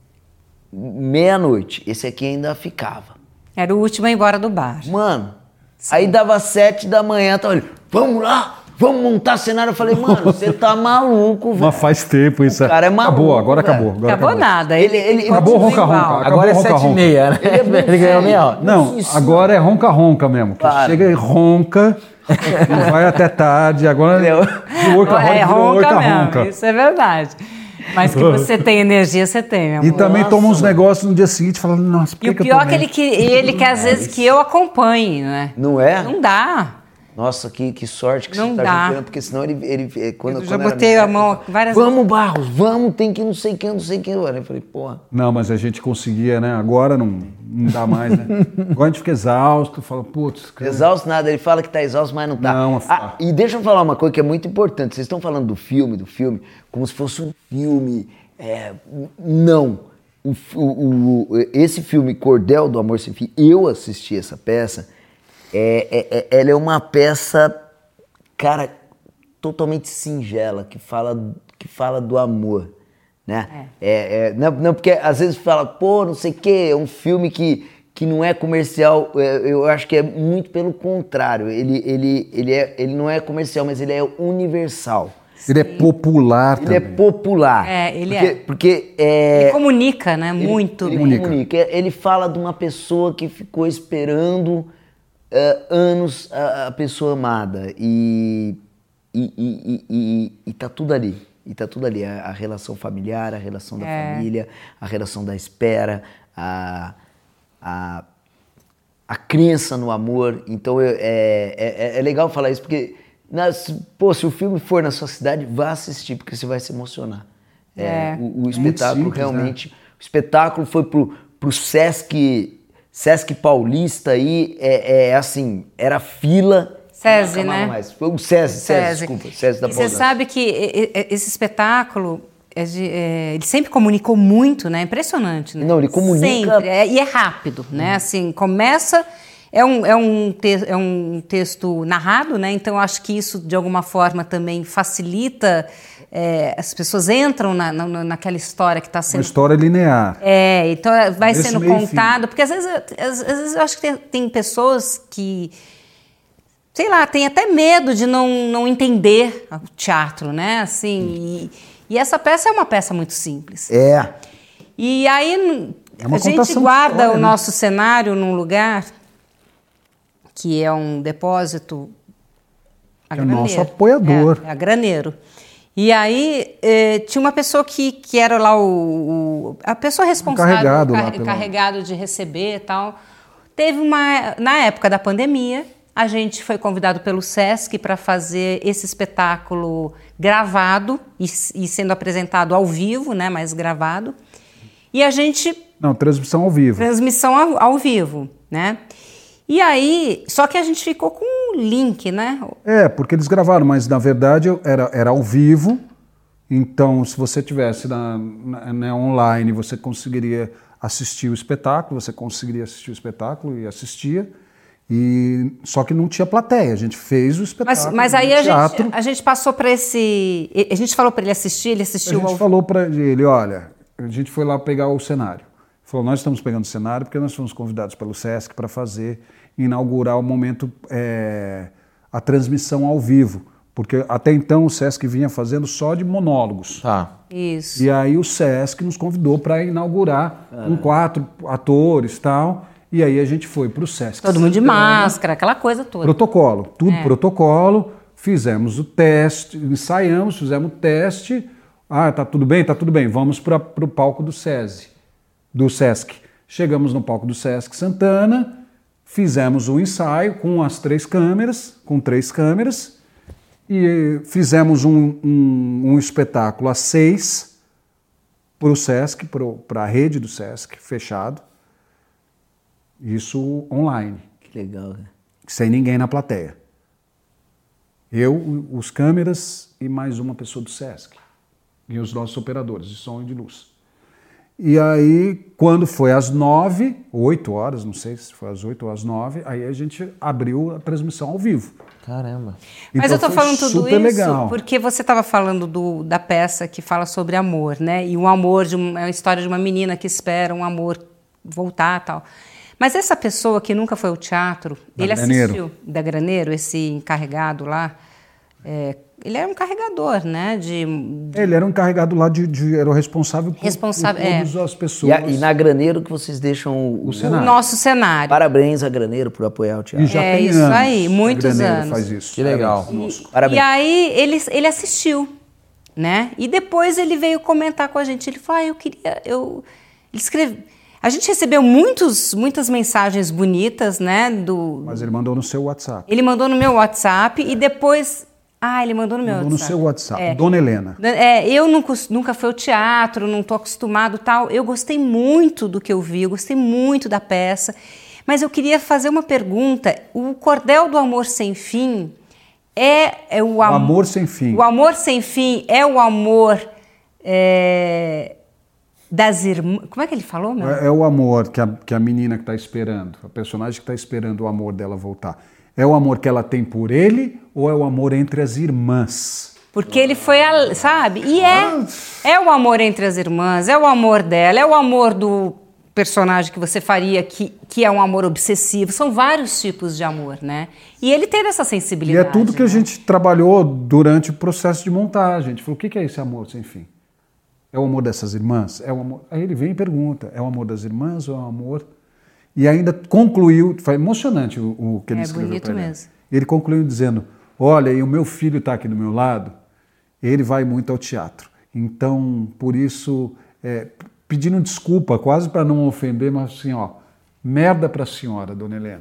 meia-noite. Esse aqui ainda ficava. Era o último a ir embora do bar. Mano, aí dava sete da manhã, tava ele, vamos lá, vamos montar cenário. Eu falei, mano, você tá maluco, velho. Mas faz tempo isso. O cara é maluco, Acabou, agora velho. acabou. Agora Acabou nada. Ele, Ele- ele- Acabou o continua Ronca igual. Ronca. Agora é Acabou o Ronca sete e meia, né? Ele é Ele ganhou meia hora. Não, Isso. agora é Ronca Ronca mesmo. Que Claro. chega e ronca, e vai até tarde. Agora Ele é- o Orca É Ronca virou ronca Orca mesmo, Ronca. isso é verdade. Mas que você tem energia, você tem, meu E amor. também Nossa, toma uns mano. negócios no dia seguinte falando, nossa, por E que o que eu pior é que tomei? ele, que ele quer às vezes que eu acompanhe, né? Não é? Não dá. Nossa, que, que sorte que Não você tá dá. juntando, porque senão ele... ele eh, quando, Eu quando já era botei menor, a mão ele falava, várias vamos, Barros, vamos, tem que não sei quem, não sei quem. Eu falei, porra. Não, mas a gente conseguia, né? Agora não, não dá mais, né? Agora a gente fica exausto, fala, putz, cara. Exausto nada, ele fala que tá exausto, mas não tá. Não, ah, e deixa eu falar uma coisa que é muito importante. Vocês estão falando do filme, do filme, como se fosse um filme. É, não. O, o, o- esse filme Cordel do Amor Sem Fim, eu assisti essa peça. É, é- é- ela é uma peça, cara, totalmente singela, que fala, que fala do amor, né? É. é- não, não, porque às vezes fala, pô, não sei o quê, é um filme que, que não é comercial. É, eu acho que é muito pelo contrário. Ele, ele, ele, é, ele não é comercial, mas ele é universal. Ele é popular Ele também. é popular. É, ele porque, é. Porque é, Ele comunica, né? Muito ele bem. comunica. Ele fala de uma pessoa que ficou esperando eh, anos a, a pessoa amada e, e, e, e, e, e tá tudo ali. E tá tudo ali. A, a relação familiar, a relação da É. família, a relação da espera, a, a, a crença no amor. Então eu- é, é, é legal falar isso porque, nas, pô, se o filme for na sua cidade, vá assistir, porque você vai se emocionar. É, É. o, o espetáculo simples, né? realmente. O espetáculo foi pro, pro Sesc, Sesc Paulista aí, é, é assim, era fila. SESI, não acabava né? mais. Foi o SESI, SESI, SESI. desculpa, SESI da E você Paulista. sabe que e- e- esse espetáculo, é de- é, ele sempre comunicou muito, né? Impressionante, né? Não, ele comunica- Sempre, é, e é rápido, né? Assim, começa... É um, é, um te- é um texto narrado, né? Então, eu acho que isso, de alguma forma, também facilita... é, as pessoas entram na, na, naquela história que está Uma sendo... história linear. É, então é, vai Esse sendo meio e contado, porque às vezes, às, às vezes eu acho que tem, tem pessoas que, sei lá, tem até medo de não, não entender o teatro, né? Assim, e, e essa peça é uma peça muito simples. É. E aí n- É uma a gente contação de guarda história, o né? nosso cenário num lugar que é um depósito a Que é o graneiro. nosso apoiador. É, é a graneiro. E aí eh, tinha uma pessoa que, que era lá o, o- a pessoa responsável, Encarregado lá car- pela- encarregado de receber e tal. Teve uma na época da pandemia, a gente foi convidado pelo Sesc para fazer esse espetáculo gravado e, s- e sendo apresentado ao vivo, né, mas gravado. e a gente... Não, transmissão ao vivo. Transmissão ao, ao vivo, né? E aí, só que a gente ficou com um link, né? É, porque eles gravaram, mas na verdade era, era ao vivo, então se você tivesse na, na, né, online, você conseguiria assistir o espetáculo, você conseguiria assistir o espetáculo e assistia, e só que não tinha plateia, a gente fez o espetáculo. Mas, mas aí a teatro, gente, a gente passou para esse... A gente falou para ele assistir, ele assistiu A gente ao... falou para ele, olha, a gente foi lá pegar o cenário. Falou, nós estamos pegando o cenário porque nós fomos convidados pelo Sesc para fazer, inaugurar o momento, é, a transmissão ao vivo. Porque até então o Sesc vinha fazendo só de monólogos. Tá. Isso. E aí o Sesc nos convidou para inaugurar ah. com quatro atores e tal. E aí a gente foi para o Sesc. Todo mundo de máscara, aquela coisa toda. Protocolo, tudo É. protocolo. Fizemos o teste, ensaiamos, fizemos o teste. Ah, tá tudo bem? Tá tudo bem. Vamos para o palco do SESI, do Sesc. Chegamos no palco do Sesc Santana, fizemos um ensaio com as três câmeras, com três câmeras, e fizemos um, um, um espetáculo às seis para o Sesc, para a rede do Sesc, fechado. Isso online. Que legal, né? Sem ninguém na plateia. Eu, os câmeras e mais uma pessoa do Sesc. E os nossos operadores de som e de luz. E aí, quando foi às nove, oito horas, não sei se foi às oito ou às nove, aí a gente abriu a transmissão ao vivo. Caramba. Mas Então eu tô foi falando tudo super isso legal. porque você estava falando do, da peça que fala sobre amor, né? E o amor de um, é a história de uma menina que espera um amor voltar e tal. Mas essa pessoa que nunca foi ao teatro, Da ele Graneiro. assistiu, da Graneiro, esse encarregado lá, é, ele era um carregador, né? De, de- Ele era um encarregado lá, de, de- era o responsável por, Responsável, por é. todas as E, pessoas. a- e na Graneiro que vocês deixam o, O o cenário. nosso cenário. Parabéns a Graneiro por apoiar o E teatro. já É tem isso anos aí, a muitos Graneiro anos. faz isso. Que legal. Parabéns. Parabéns. E aí ele, ele assistiu, né? E depois ele veio comentar com a gente. Ele falou, ah, eu queria... Eu... Ele escreve... A gente recebeu muitos, muitas mensagens bonitas, né? Do... Mas ele mandou no seu WhatsApp. Ele mandou no meu WhatsApp e depois... Ah, ele mandou no meu Mandou no WhatsApp. seu WhatsApp. É. Dona Helena. É, eu nunca, nunca fui ao teatro, não estou acostumado tal. Eu gostei muito do que eu vi, eu gostei muito da peça. Mas eu queria fazer uma pergunta. O Cordel do Amor Sem Fim é, é o, O am- amor sem fim. O Amor Sem Fim é o amor é, das irmãs... Como é que ele falou, meu? É, é o amor que a, que a menina que está esperando, a personagem que está esperando o amor dela voltar. É o amor que ela tem por ele ou é o amor entre as irmãs? Porque ele foi, a, sabe? E é, é o amor entre as irmãs, é o amor dela, é o amor do personagem que você faria, que, que é um amor obsessivo. São vários tipos de amor, né? E ele teve essa E sensibilidade. é tudo que a né? gente trabalhou durante o processo de montagem. A gente falou, o que que é esse amor sem fim? É o amor dessas irmãs? É o amor... Aí ele vem e pergunta, é o amor das irmãs ou é o amor... E ainda concluiu, foi emocionante o, o que ele É escreveu bonito pra ele. mesmo. Ele concluiu dizendo, olha, e o meu filho está aqui do meu lado, ele vai muito ao teatro. Então, por isso, é, pedindo desculpa, quase para não ofender, mas assim, ó, merda para a senhora, dona Helena.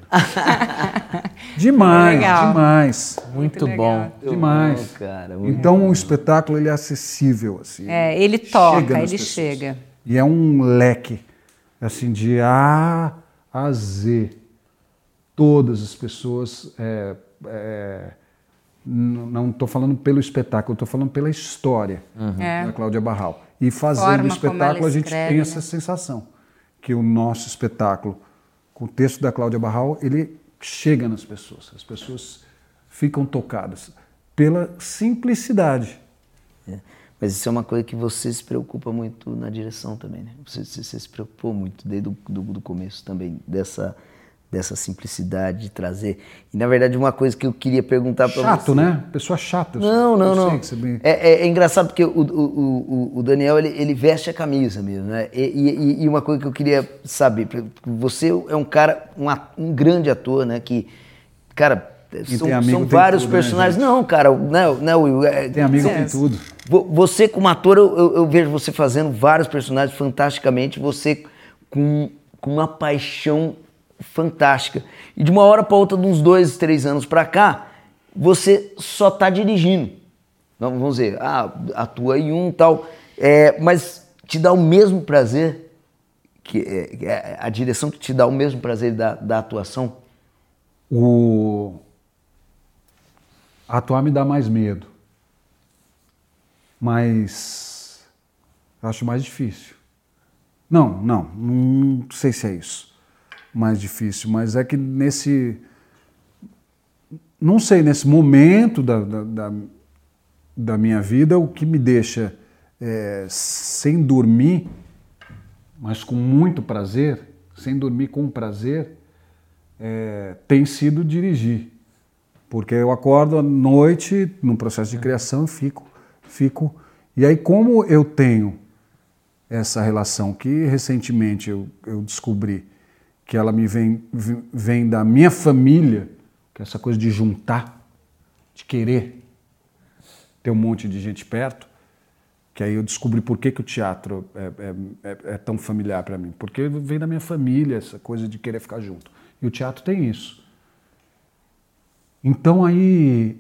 Demais, Legal. demais. Muito legal. bom. Demais. bom, cara, muito Então o espetáculo ele é acessível assim. É, ele toca, Chega nas ele pessoas. chega. E é um leque assim de A a Z. Todas as pessoas é, é, n- não estou falando pelo espetáculo, estou falando pela história É. da Cláudia Barral. E fazendo Forma o espetáculo como a ela gente escreve, tem né? essa sensação que o nosso espetáculo, com o texto da Cláudia Barral, ele chega nas pessoas. As pessoas ficam tocadas pela simplicidade. É. Mas isso é uma coisa que você se preocupa muito na direção também, né? Você, você, você se preocupou muito desde o do, do começo também, dessa, dessa simplicidade de trazer. E, na verdade, uma coisa que eu queria perguntar para você... Chato, né? Pessoa chata. Não, não, Eu sei não. que você bem- É, é- é engraçado porque o, o, o, o Daniel, ele, ele veste a camisa mesmo, né? E, e- e uma coisa que eu queria saber, você é um cara, um, a- um grande ator, né? Que, cara, são, tem amigo, são tem vários tudo, né, personagens. gente? Não, cara, não, não, Will, é- Tem amigo, é- tem tudo. Vo- Você, como ator, eu, eu- eu vejo você fazendo vários personagens fantasticamente, você com, com uma paixão fantástica. E de uma hora para outra, de uns dois, três anos para cá, você só tá dirigindo. Não, vamos dizer, ah, atua em um e tal, é, mas te dá o mesmo prazer que é, é a direção que te dá o mesmo prazer da, da atuação? O... Atuar me dá mais medo, mas eu acho mais difícil. Não, não, não sei se é isso, mais difícil, mas é que nesse, não sei, nesse momento da, da, da, da minha vida, o que me deixa é, sem dormir, mas com muito prazer, sem dormir com prazer, é, tem sido dirigir. Porque eu acordo à noite, num processo de criação, e fico, fico... E aí, como eu tenho essa relação que recentemente eu, eu descobri que ela me vem, vem da minha família, que é essa coisa de juntar, de querer ter um monte de gente perto, que aí eu descobri por que, que o teatro é, é, é, é tão familiar para mim. Porque vem da minha família, essa coisa de querer ficar junto. E o teatro tem isso. Então aí,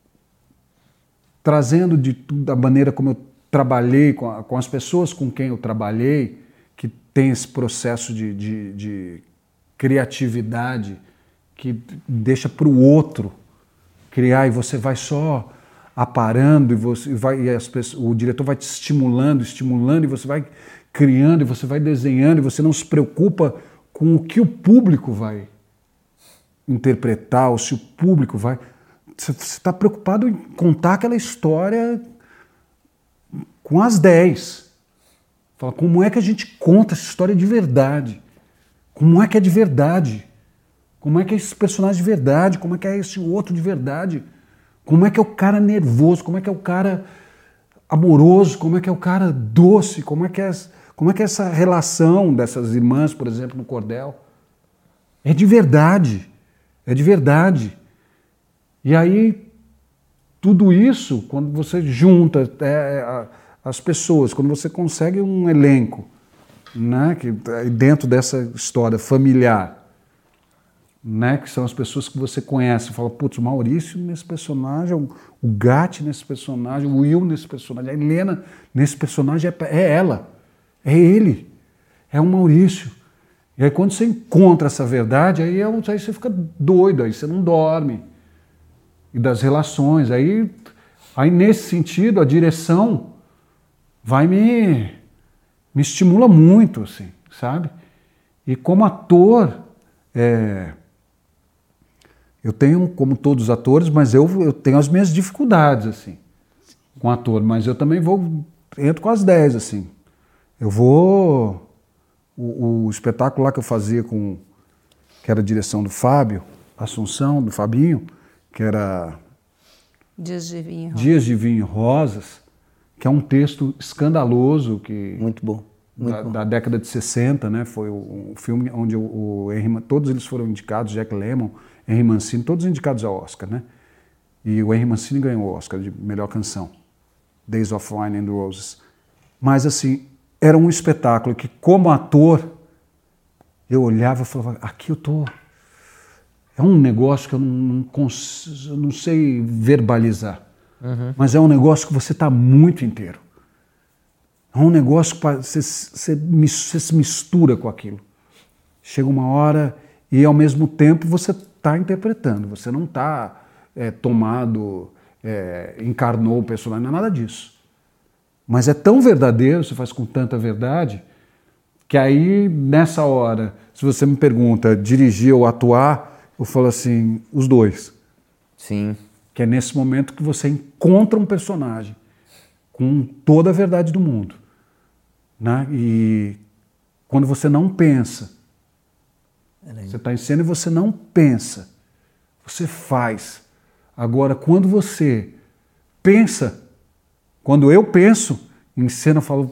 trazendo de tudo, da maneira como eu trabalhei, com, a, com as pessoas com quem eu trabalhei, que tem esse processo de, de, de criatividade, que deixa para o outro criar e você vai só aparando e, você vai, e as pessoas, o diretor vai te estimulando, estimulando e você vai criando e você vai desenhando e você não se preocupa com o que o público vai interpretar, ou se o público vai... Você está preocupado em contar aquela história com as dez. Fala, como é que a gente conta essa história de verdade? Como é que é de verdade? Como é que é esse personagem de verdade? Como é que é esse outro de verdade? Como é que é o cara nervoso? Como é que é o cara amoroso? Como é que é o cara doce? Como é que é, como é, que é essa relação dessas irmãs, por exemplo, no Cordel? É de verdade. É de verdade. E aí, tudo isso, quando você junta é, as pessoas, quando você consegue um elenco, né, que, dentro dessa história familiar, né, que são as pessoas que você conhece, fala, putz, o Maurício nesse personagem, o, o Gatti nesse personagem, o Will nesse personagem, a Helena nesse personagem, é, é ela, é ele, é o Maurício. E aí quando você encontra essa verdade, aí, é, aí você fica doido, aí você não dorme. E das relações, aí, aí nesse sentido a direção vai me, me estimula muito, assim, sabe? E como ator, é, eu tenho, como todos os atores, mas eu, eu tenho as minhas dificuldades, assim, com ator, mas eu também vou, entro com as dez, assim. Eu vou... O, o espetáculo lá que eu fazia com, que era a direção do Fábio Assunção, do Fabinho, que era Dias de Vinho e Rosas. Dias de Vinho e Rosas, que é um texto escandaloso que Muito bom. Muito da, bom. da década de sessenta, né? Foi um filme onde o, o Henry, todos eles foram indicados, Jack Lemmon, Henry Mancini, todos indicados ao Oscar, né? E o Henry Mancini ganhou o Oscar de melhor canção, Days of Wine and Roses. Mas assim, era um espetáculo que, como ator, eu olhava e falava, aqui eu tô... É um negócio que eu não, não, cons... eu não sei verbalizar, uhum. Mas é um negócio que você está muito inteiro. É um negócio que você, você, você se mistura com aquilo. Chega uma hora e, ao mesmo tempo, você está interpretando. Você não está é, tomado, é, encarnou o personagem, não é nada disso. Mas é tão verdadeiro, você faz com tanta verdade, que aí, nessa hora, se você me pergunta dirigir ou atuar, eu falo assim, os dois. Sim. Que é nesse momento que você encontra um personagem com toda a verdade do mundo. Né? E quando você não pensa, você está em cena e você não pensa, você faz. Agora, quando você pensa, quando eu penso em cena, eu falo...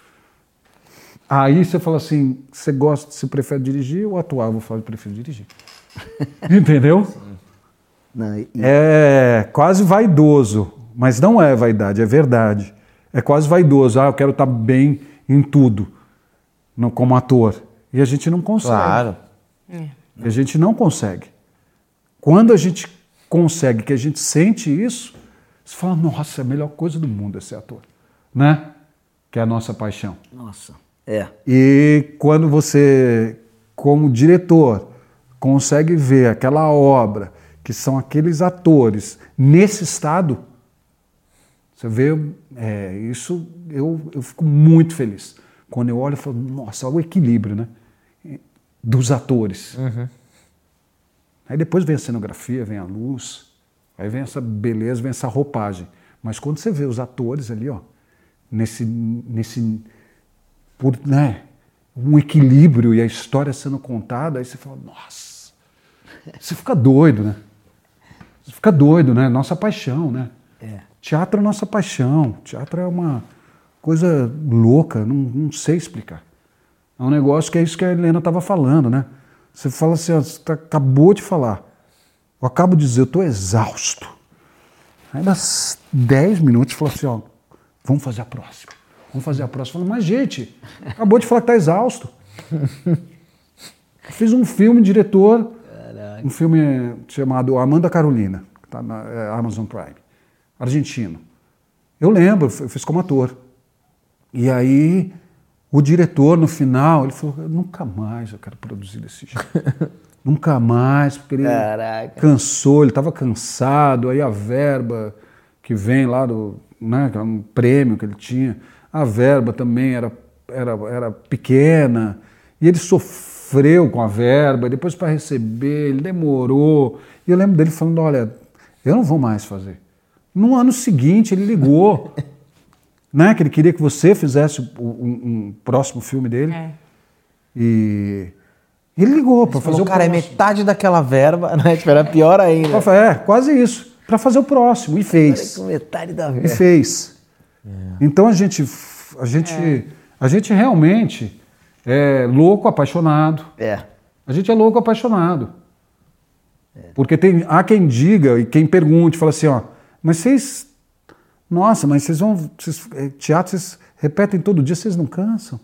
Aí você fala assim, você gosta, você prefere dirigir ou atuar? Eu vou falar, eu prefiro dirigir. Entendeu? Não, e... É quase vaidoso, mas não é vaidade, é verdade. É quase vaidoso, ah, eu quero estar bem em tudo, não, como ator. E a gente não consegue. Claro. É. A gente não consegue. Quando a gente consegue, que a gente sente isso, você fala, nossa, é a melhor coisa do mundo é ser ator. Né? Que é a nossa paixão. Nossa. É. E quando você, como diretor, consegue ver aquela obra, que são aqueles atores, nesse estado, você vê, é, isso eu, eu fico muito feliz. Quando eu olho, eu falo, nossa, olha o equilíbrio, né? Dos atores. Uhum. Aí depois vem a cenografia, vem a luz, aí vem essa beleza, vem essa roupagem. Mas quando você vê os atores ali, ó, nesse, nesse por, né, um equilíbrio e a história sendo contada, aí você fala, nossa, você fica doido, né? Você fica doido, né? Nossa paixão, né? É. Teatro é nossa paixão. Teatro é uma coisa louca, não, não sei explicar. É um negócio que é isso que a Helena estava falando, né? Você fala assim, ó, você tá, acabou de falar. Eu acabo de dizer, eu estou exausto. Aí das dez minutos, falou assim, ó, vamos fazer a próxima. Vamos fazer a próxima. Eu falo, mas gente, acabou de falar que está exausto. Eu fiz um filme, diretor, Caraca. um filme chamado Amanda Carolina, que está na é, Amazon Prime, argentino. Eu lembro, eu fiz como ator. E aí, o diretor, no final, ele falou, nunca mais eu quero produzir desse jeito. Nunca mais, porque ele Caraca. cansou, ele estava cansado, aí a verba que vem lá do, né, um prêmio que ele tinha, a verba também era, era, era pequena, e ele sofreu com a verba, depois para receber, ele demorou, e eu lembro dele falando, olha, eu não vou mais fazer. No ano seguinte ele ligou, né, que ele queria que você fizesse um, um próximo filme dele, é. e... Ele ligou para fazer o cara, próximo. É metade daquela verba, né? Tipo, era pior ainda. É, quase isso. Para fazer o próximo. E fez. Com metade da verba. E fez. É. Então a gente, a gente, é. a gente realmente é louco apaixonado. É. A gente é louco apaixonado. É. Porque tem, há quem diga e quem pergunte, fala assim, ó, mas vocês, nossa, mas vocês vão, vocês, teatro vocês repetem todo dia, vocês não cansam?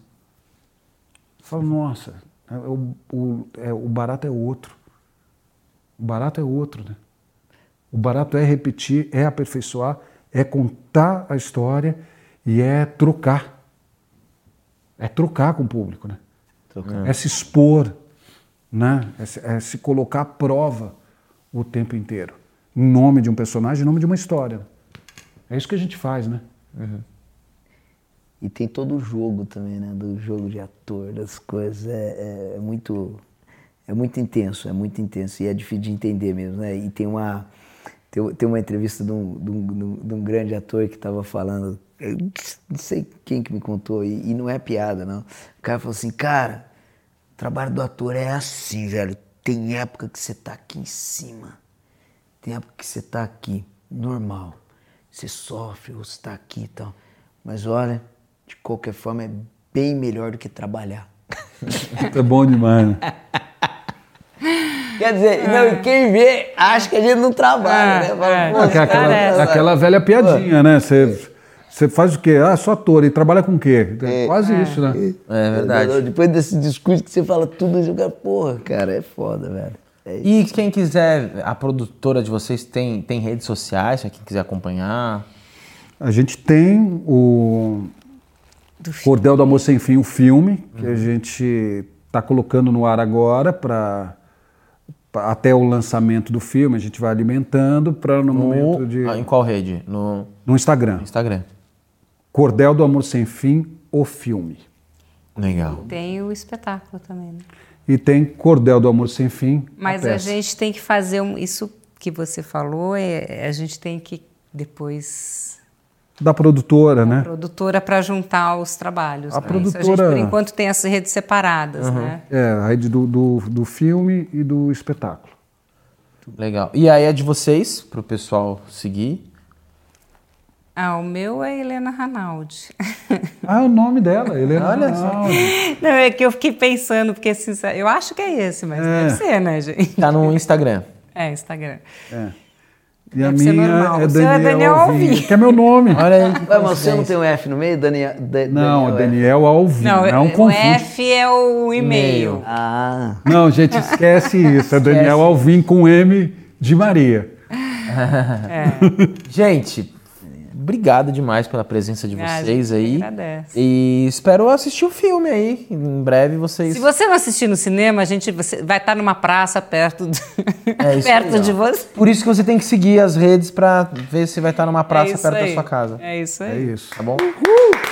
Eu falo, nossa... O, o, é, o barato é outro. O barato é outro, né? O barato é repetir, é aperfeiçoar, é contar a história e é trocar. É trocar com o público, né? Trocar. É se expor, né? É se, é se colocar à prova o tempo inteiro. Em nome de um personagem, em nome de uma história. É isso que a gente faz, né? Uhum. E tem todo o jogo também, né? Do jogo de ator, das coisas. É, é, é muito é muito intenso, é muito intenso. E é difícil de entender mesmo, né? E tem uma, tem, tem uma entrevista de um, de, um, de um grande ator que estava falando, eu não sei quem que me contou, e, e não é piada, não. O cara falou assim, cara, o trabalho do ator é assim, velho. Tem época que você tá aqui em cima, tem época que você tá aqui, normal. Você sofre, ou você tá aqui e tal. Mas olha... De qualquer forma, é bem melhor do que trabalhar. É bom demais, né? Quer dizer, não, e quem vê acha que a gente não trabalha, é, né? Fala, é. Pô, é aquela, aquela velha piadinha, né? Você, você faz o quê? Ah, sou ator. E trabalha com o quê? É, Quase é. isso, né? É verdade. Depois desse discurso que você fala tudo, eu jogo, porra, cara, é foda, velho. É e quem quiser, a produtora de vocês tem, tem redes sociais, pra quem quiser acompanhar? A gente tem o... Cordel do Amor Sem Fim, o filme, que a gente está colocando no ar agora, para até o lançamento do filme, a gente vai alimentando para no, no momento de... Em qual rede? No, no Instagram. Instagram. Cordel do Amor Sem Fim, o filme. Legal. Tem o espetáculo também, né? E tem Cordel do Amor Sem Fim, Mas a, a gente tem que fazer um, isso que você falou, é, a gente tem que depois... Da produtora, né? A produtora para juntar os trabalhos. A né? produtora... Isso a gente, por enquanto, tem as redes separadas, uhum. né? É, a rede do, do, do filme e do espetáculo. Legal. E aí é de vocês, para o pessoal seguir? Ah, o meu é Helena Ranaldi. Ah, o nome dela, Helena Olha Ranaldi. Não, é que eu fiquei pensando, porque assim, eu acho que é esse, mas é. deve ser, né, gente? Tá no Instagram. É, Instagram. É. E deve a minha é Daniel, é Daniel Alvim, Alvim, que é meu nome. Olha aí. Ué, mas você não tem um F no meio? Daniel, da, não, Daniel Daniel Alvim. Não, não o confunde. F é o e-mail. Ah. Não, gente, esquece isso. É Daniel Alvim com M de Maria. É. Gente, obrigado demais pela presença de Ah, vocês a gente aí. agradece. E espero assistir o filme aí. Em breve vocês... Se você não assistir no cinema, a gente você vai estar numa praça perto, de, É isso perto aí, de ó. você. Por isso que você tem que seguir as redes pra ver se vai estar numa É praça isso perto aí. da sua casa. É isso aí. É isso. Tá bom? Uhul!